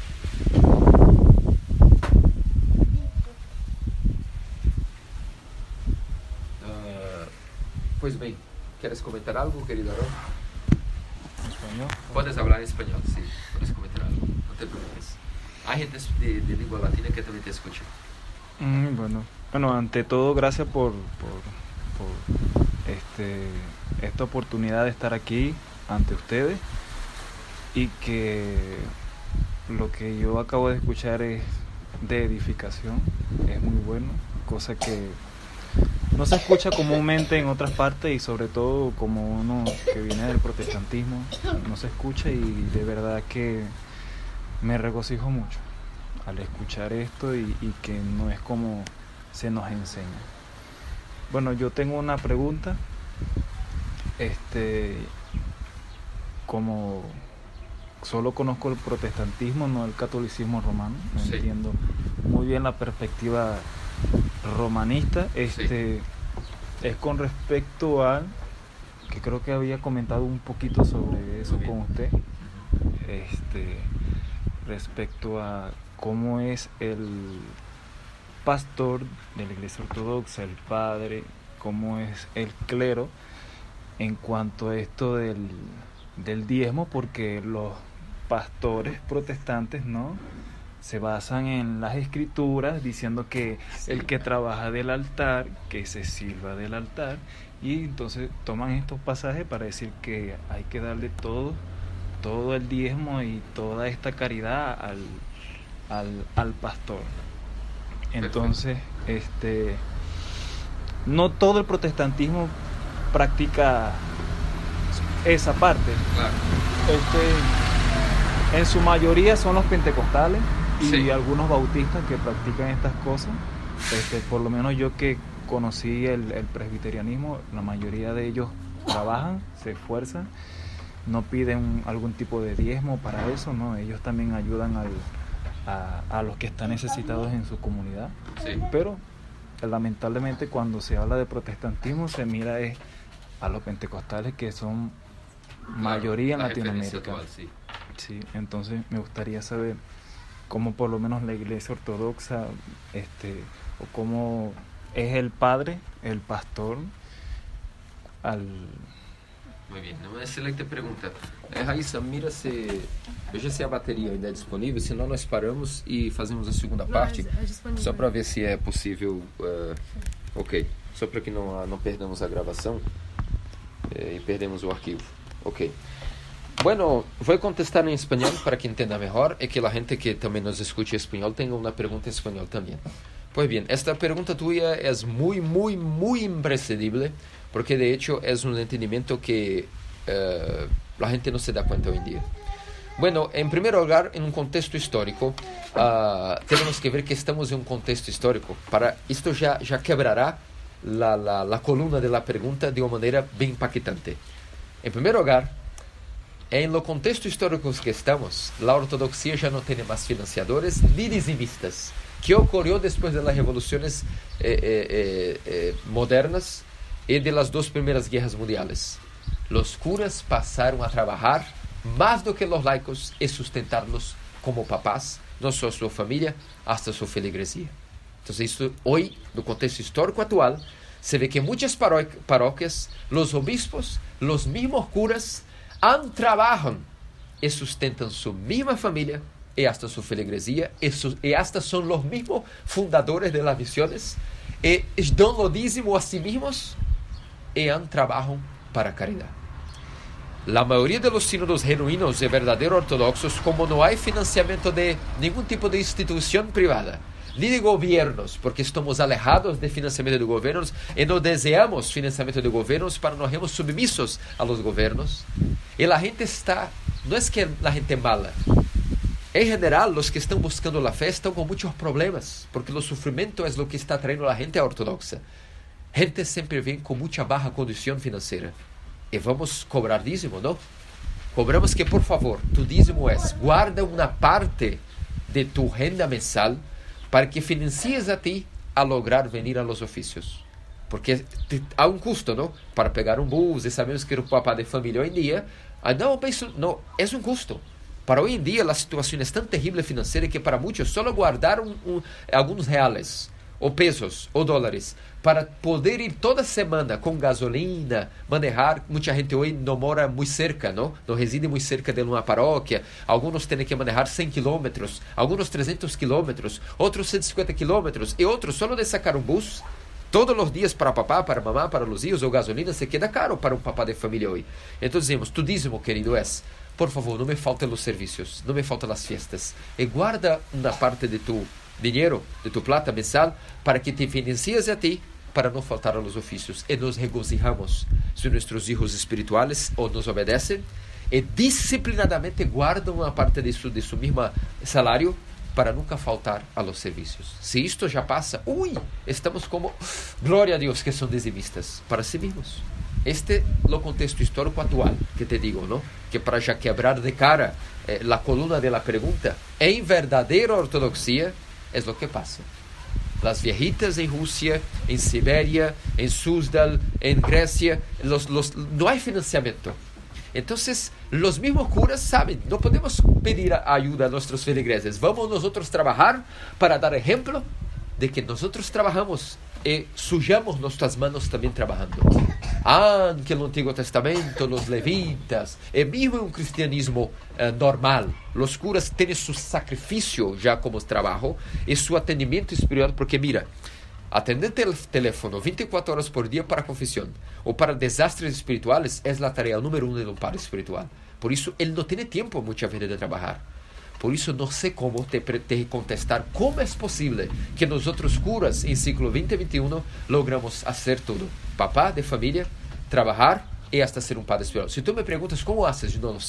Uh, pois bem, queres comentar algo, querido Aarón? ¿En español? Puedes hablar en español, sí. Puedes comentar algo, no te preocupes. Hay gente de, de lengua latina que también te escucha. Mm, bueno. bueno, ante todo, gracias por, por, por este... esta oportunidad de estar aquí ante ustedes y que lo que yo acabo de escuchar es de edificación, es muy bueno, cosa que no se escucha comúnmente en otras partes y sobre todo como uno que viene del protestantismo no se escucha y de verdad que me regocijo mucho al escuchar esto y, y que no es como se nos enseña. Bueno, yo tengo una pregunta. Este, como solo conozco el protestantismo, no el catolicismo romano, no sí. entiendo muy bien la perspectiva romanista. Este, sí. Es con respecto a, que creo que había comentado un poquito sobre eso con usted, este, respecto a cómo es el pastor de la Iglesia Ortodoxa, el padre, cómo es el clero, en cuanto a esto del, del diezmo, porque los pastores protestantes, ¿no?, se basan en las escrituras diciendo que sí. el que trabaja del altar, que se sirva del altar, y entonces toman estos pasajes para decir que hay que darle todo, todo el diezmo y toda esta caridad al, al, al pastor. Entonces, este, no todo el protestantismo practica esa parte. Claro. Este, en su mayoría son los pentecostales y sí. algunos bautistas que practican estas cosas, este, por lo menos yo que conocí el, el presbiterianismo, la mayoría de ellos trabajan, se esfuerzan, no piden algún tipo de diezmo para eso, ¿no? Ellos también ayudan al, a, a los que están necesitados en su comunidad. Sí. Pero lamentablemente cuando se habla de protestantismo se mira es a los pentecostales, que son mayoría en la Latinoamérica. Actual, sí. Sí, entonces me gustaría saber cómo por lo menos la iglesia ortodoxa, este, o cómo es el padre, el pastor, al... Muy bien, uma excelente pergunta. É, Raíssa, mira se... Eu já sei a bateria ainda é disponível, senão nós paramos e fazemos a segunda parte, Não, é disponível. Só para ver se é possível... Uh, ok, só para que não, não perdamos a gravação eh, e perdemos o arquivo. Ok. Bueno, voy a contestar en español para que entienda mejor y que la gente que también nos escuche español tenga una pregunta en español también. Pues bien, esta pregunta tuya es muy, muy, muy imprescindible porque de hecho es un entendimiento que uh, la gente no se da cuenta hoy en día. Bueno, en primer lugar, en un contexto histórico, uh, tenemos que ver que estamos en un contexto histórico. Para esto ya, ya quebrará la, la, la columna de la pregunta de una manera bien impactante. En primer lugar, en lo contexto histórico que estamos, la ortodoxia ya no tiene más financiadores ni dizimistas. ¿Qué ocurrió después de las revoluciones eh, eh, eh, modernas y de las dos primeras guerras mundiales? Los curas pasaron a trabajar más do que los laicos y sustentarlos como papás, no solo su familia, hasta su feligresía. Entonces, esto, hoy, no contexto histórico actual, se ve que en muchas parroquias, los obispos, los mismos curas, han trabajan y sustentan su misma familia y hasta su feligresía y, su, y hasta son los mismos fundadores de las misiones y dan lo dízimo a sí mismos y han trabajan para caridad. La mayoría de los sínodos genuinos y verdaderos ortodoxos, como no hay financiamiento de ningún tipo de institución privada, ni de gobiernos, porque estamos alejados de financiamiento de gobiernos y no deseamos financiamiento de gobiernos para no sermos submisos a los gobiernos. Y la gente está, no es que la gente mala, en general los que están buscando la fe están con muchos problemas, porque el sufrimiento es lo que está trayendo a la gente ortodoxa. Gente siempre viene con mucha baja condición financiera. Y vamos a cobrar dízimo, ¿no? Cobramos que, por favor, tu dízimo es, guarda una parte de tu renda mensal para que financies a ti a lograr venir a los oficios. Porque te, há um custo, não? Para pegar um bus, e sabemos que o papá de família hoje em dia, ah, não, penso, não, é um custo. Para hoje em dia, a situação é tão terrível financeira que para muitos só guardar um, um, alguns reais, ou pesos, ou dólares, para poder ir toda semana com gasolina, manejar. Muita gente hoje não mora muito cerca, não? Não reside muito cerca de uma paróquia. Alguns têm que manejar cem quilômetros, alguns trezentos quilômetros, outros cento e cinquenta quilômetros, e outros só de sacar um bus todos os dias para papá, para mamá, para os hijos, ou gasolina, se queda caro para um papá de família hoje. Então dizemos, tu dízimo, querido, é, por favor, não me falten os serviços, não me falten as fiestas, e guarda uma parte de tu dinheiro, de tu plata mensal, para que te financies a ti, para não faltar a los oficios, e nos regozijamos se nossos hijos espirituales ou nos obedecem, e disciplinadamente guardam uma parte de su, de su mismo salário, para nunca faltar a los servicios. Si isto já passa, uy, estamos como, glória a Deus que são dizimistas, para si mismos. Este é o contexto histórico atual, que te digo, ¿no? Que para já quebrar de cara eh, la columna de la pregunta, em verdadeira ortodoxia, é o que passa. Las viejitas em Rússia, em Sibéria, em Suzdal, em Grécia, los, los, não há financiamento. Entonces, los mismos curas saben, no podemos pedir ayuda a nuestros feligreses. Vamos nosotros trabajar para dar ejemplo de que nosotros trabajamos y sujamos nuestras manos también trabajando. Ah, que en el Antiguo Testamento, los levitas, y mismo en un cristianismo eh, normal, los curas tienen su sacrificio ya como trabajo y su atendimiento espiritual, porque mira, atender el teléfono veinticuatro horas por día para confesión o para desastres espirituales es la tarea número uno de un padre espiritual. Por eso él no tiene tiempo muchas veces de trabajar. Por eso no sé cómo te, te contestar cómo es posible que nosotros curas en siglo veinte y veintiuno logramos hacer todo. Papá de familia, trabajar y hasta ser un padre espiritual. Si tú me preguntas cómo haces, yo no lo sé.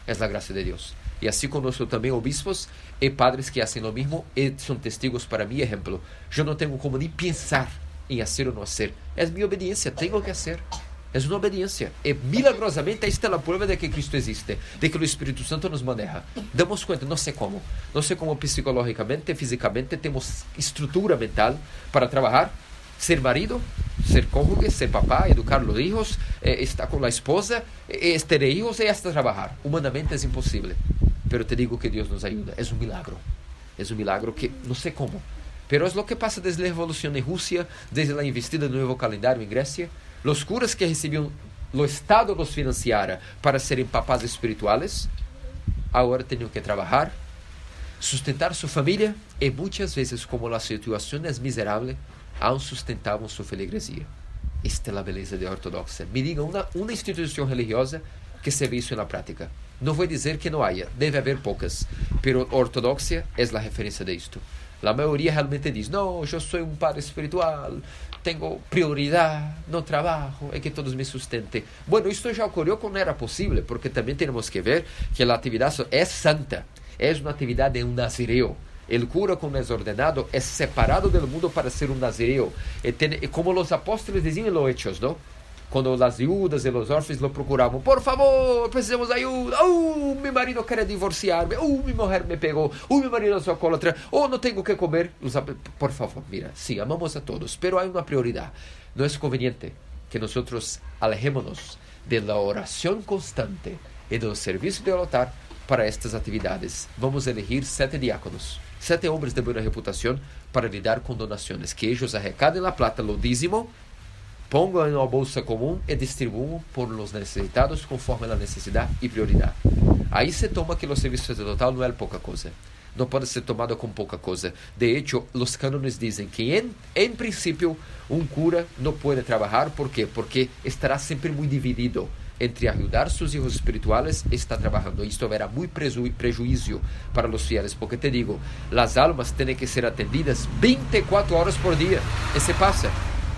é a graça de Deus. E assim conosco também obispos e padres que fazem o mesmo e são testigos para mi exemplo. Eu não tenho como nem pensar em fazer ou não fazer. É minha obediência, tenho que fazer. É uma obediência. E milagrosamente esta é a prova de que Cristo existe, de que o Espírito Santo nos maneja. Damos conta, não sei como. Não sei como psicologicamente, fisicamente, temos estrutura mental para trabalhar, ser marido, ser cônjuge, ser papá, educar os filhos, eh, estar com a esposa, eh, ter hijos e hasta trabalhar. Humanamente é impossível. Pero te digo que Deus nos ajuda. É um milagro. É um milagro que não sei como. Pero é o que passa desde a Revolução em Rússia, desde a investida do novo calendário em Grécia. Os curas que recebiam, o Estado los financiara para serem papás espirituais, agora tinham que trabalhar, sustentar sua família e muitas vezes, como a situação é miserável, aún sustentavam sua feligresia. Esta é a beleza de ortodoxa. Me diga uma, uma instituição religiosa que se vê isso na prática. Não vou dizer que não haya, deve haver poucas, pero ortodoxia é a referência de isto. A maioria realmente diz, não, eu sou um padre espiritual, tenho prioridade no trabalho, é que todos me sustentem. Bueno, isto já ocorreu quando era possível, porque também temos que ver que a atividade é santa, é uma atividade de um nazireu. O cura, como é ordenado, é separado do mundo para ser um nazireu. E tem, como os apóstolos diziam em los Hechos, não? Quando as viúvas e os órfãos lo procuravam, por favor, precisamos de ajuda, oh, meu marido quer divorciar-me, oh, minha mulher me pegou, oh, meu marido é alcoólatra, oh, não tenho que comer. Por favor, mira, sim, amamos a todos, pero há uma prioridade. Não é conveniente que nós alejémonos da oração constante e do serviço de altar para estas atividades. Vamos elegir sete diáconos, sete homens de boa reputação para lidar com donações, que eles arrecadem a plata, lo dízimo, pongo em uma bolsa comum e distribuam por los necessitados conforme a necessidade e prioridade. Aí se toma que o serviço sacerdotal não é pouca coisa. Não pode ser tomado com pouca coisa. De hecho, os cânones dizem que, em, em princípio, um cura não pode trabalhar. ¿Por quê? Porque estará sempre muito dividido entre ajudar seus filhos espirituais e estar trabalhando. Isto haverá muito preju prejuízo para os fieles, porque te digo, as almas têm que ser atendidas vinte e quatro horas por dia. E se passa.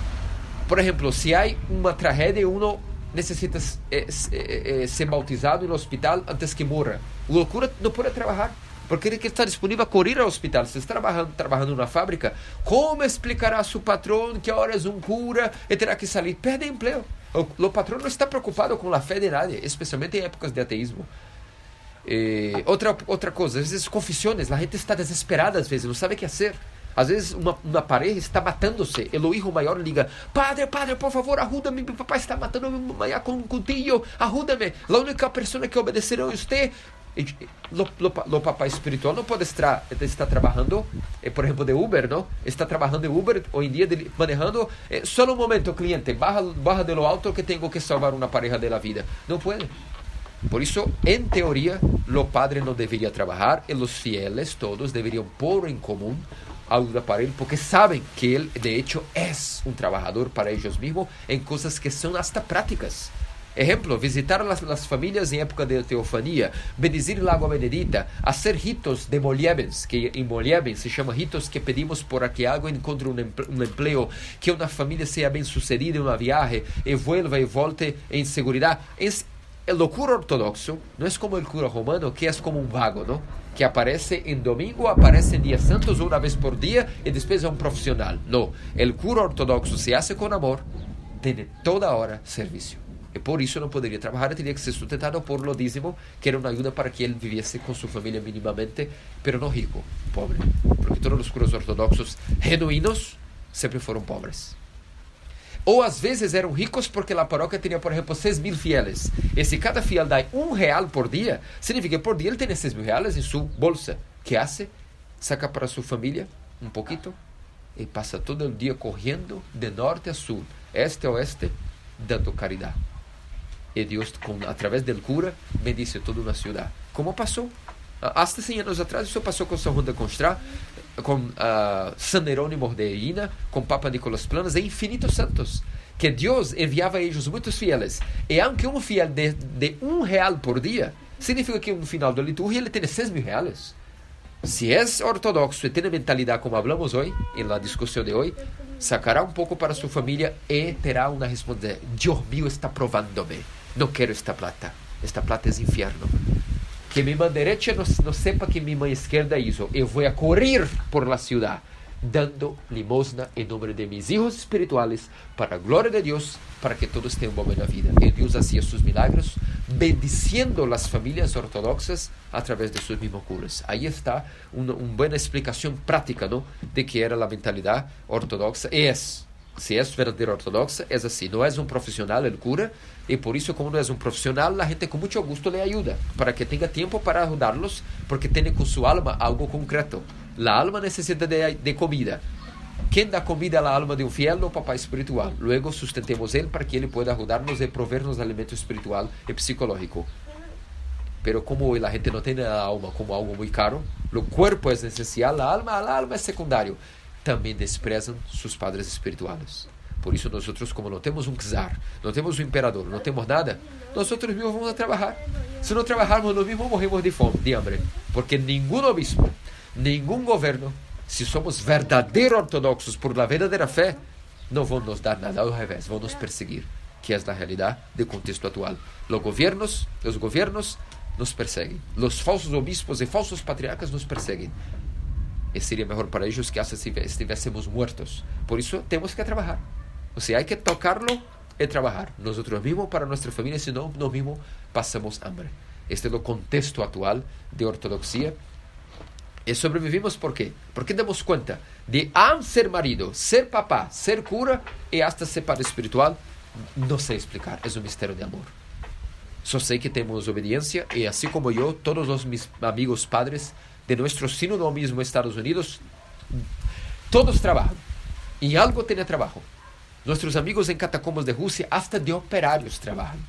Por exemplo, se há uma tragédia, uno necessita eh, eh, ser bautizado no hospital antes que morra. O cura não pode trabalhar, porque ele está disponível a correr ao hospital. Se está trabalhando, trabalhando na fábrica, como explicará a seu patrão que agora é um cura e terá que sair? Perde emprego. O, o patrão não está preocupado com a fé de nadie, especialmente em épocas de ateísmo. Eh, outra, outra coisa, às vezes confissões, a gente está desesperada, às vezes, não sabe o que fazer. Às vezes uma, uma pareja está matando-se e o filho maior liga, padre, padre, por favor, ajuda-me, meu papai está matando amanhã com um cuchillo, ajuda-me. A única pessoa que obedecerá é você. O papai espiritual não pode estar, estar trabalhando, por exemplo, de Uber, não? Está trabalhando de Uber, hoje em dia, de, manejando, eh, só um momento, cliente, barra, barra de lo alto que tenho que salvar uma pareja da vida. Não pode. Por isso, em teoria, o padre não deveria trabalhar e os fieles todos deveriam pôr em comum ayuda para ele, porque sabem que ele, de hecho, é um trabalhador para eles mesmos em coisas que são hasta práticas. Exemplo, visitar as, as famílias em época de teofania, bendizir a água benedita, fazer ritos de Moliebens, que em Moliebens se chama ritos que pedimos para que algo encontre um, um emprego, que uma família seja bem sucedida em uma viagem e vuelva e volte em segurança. O cura ortodoxo não é como o cura romano, que é como um vago, não? Que aparece em domingo, aparece em dias santos uma vez por dia e depois é um profissional. Não, o cura ortodoxo se hace com amor, tem toda hora serviço. E por isso não poderia trabalhar, teria que ser sustentado por lo dízimo, que era uma ajuda para que ele vivesse com sua família minimamente, pero não rico, pobre. Porque todos os curas ortodoxos genuínos sempre foram pobres. Ou às vezes eram ricos porque a paróquia tinha, por exemplo, seis mil fieles. E se cada fiel dá um real por dia, significa que por dia ele tem seis mil reais em sua bolsa. Que hace? Saca para sua família um pouquinho e passa todo o dia correndo de norte a sul, este a oeste, dando caridade. E Deus, com, através do cura, bendice toda uma cidade. Como passou? Há cem anos atrás, isso passou com São Juan de Constrá, com uh, San Jerônimo de Ina, com Papa Nicolás Planas e infinitos santos, que Deus enviava a eles muitos fieles. E aunque um fiel de, de um real por dia, significa que no final da liturgia ele tem seis mil reais. Se é ortodoxo e tem a mentalidade como falamos hoje, na discussão de hoje, sacará um pouco para sua família e terá uma resposta: Deus mío está provando-me, não quero esta plata, esta plata é inferno. Que mi mano derecha no, no sepa que mi mano izquierda hizo. Eu vou a correr por la ciudad, dando limosna em nome de mis hijos espirituales, para a glória de Deus, para que todos tenham uma boa vida. E Deus hacía sus milagros, bendiciendo las familias ortodoxas a través de sus mismos curas. Aí está uma, uma boa explicação prática, ¿no?, de que era a mentalidade ortodoxa. E é, se é verdadeira ortodoxa, é assim. Não é um profissional el cura, e por isso, como não é um profissional, a gente com muito gosto lhe ajuda, para que tenha tempo para ajudá-los, porque tem com sua alma algo concreto. La alma necessita de, de comida. Quem dá comida à alma de um fiel é o papai espiritual. Luego sustentemos ele para que ele pueda ajudar-nos e prover-nos alimento espiritual e psicológico. Pero como a gente não tem a alma como algo muito caro, o corpo é essencial, a alma, a alma é secundário. Também desprezam seus padres espirituais. Por isso nós, como não temos um czar, não temos um imperador, não temos nada, nós mesmos vamos a trabalhar. Se não trabalharmos, nós mesmos morremos de fome, de hambre. Porque nenhum obispo, nenhum governo, se somos verdadeiros ortodoxos por la verdadeira fé, não vão nos dar nada, ao revés, vão nos perseguir, que é a realidade do contexto atual. Os governos, os governos nos perseguem. Os falsos obispos e falsos patriarcas nos perseguem. E seria melhor para eles que hasta estivéssemos muertos. Por isso, temos que trabalhar. Ou seja, há que tocarlo e trabalhar. Nós mesmos, para nossa família, senão nós mesmos passamos hambre. Este é o contexto atual de ortodoxia. E sobrevivimos por quê? Porque damos conta de a ser marido, ser papá, ser cura e hasta ser padre espiritual. Não sei explicar, é um mistério de amor. Só sei que temos obediência e assim como eu, todos os meus amigos padres de nosso sínodo mismo Estados Unidos, todos trabalham. Em algo tem trabalho. Nossos amigos em catacumbas de Rússia, hasta de operários trabalham.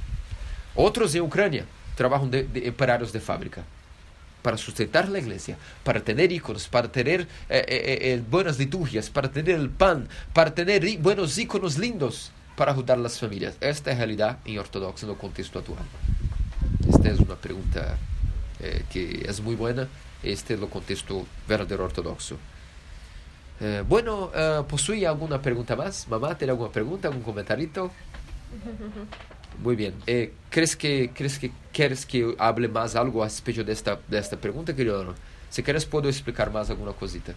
Outros em Ucrânia trabalham de, de operários de fábrica. Para sustentar a igreja, para ter íconos, para ter eh, eh, eh, boas liturgias, para ter o pan, para ter buenos íconos lindos, para ajudar as famílias. Esta é a realidade em ortodoxo no contexto atual. Esta é uma pergunta eh, que é muito boa. Este é o contexto verdadeiro ortodoxo. Eh, bueno, uh, ¿possui alguma pergunta mais? Mamá, ¿tem alguma pergunta, algum comentarito? Muy bien. Eh, ¿crees que crees que queres que hable más algo a respeito desta desta pergunta, querido? Se queres, posso explicar mais alguma cosita.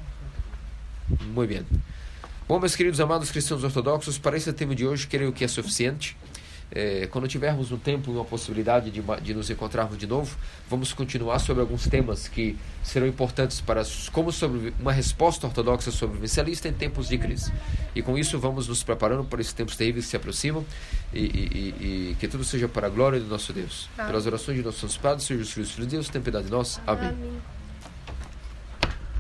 Muy bien. Bom, meus queridos amados cristãos ortodoxos, para esse tema de hoje, creio que é suficiente. É, quando tivermos um tempo e uma possibilidade de, de nos encontrarmos de novo, vamos continuar sobre alguns temas que serão importantes para como sobre uma resposta ortodoxa sobre o messialista em tempos de crise. E com isso vamos nos preparando para esses tempos terríveis que se aproximam e, e, e, e que tudo seja para a glória do nosso Deus. Amém. Pelas orações de nossos santos padres, seja o Filho de Deus, tem piedade de nós. Amém. Amém.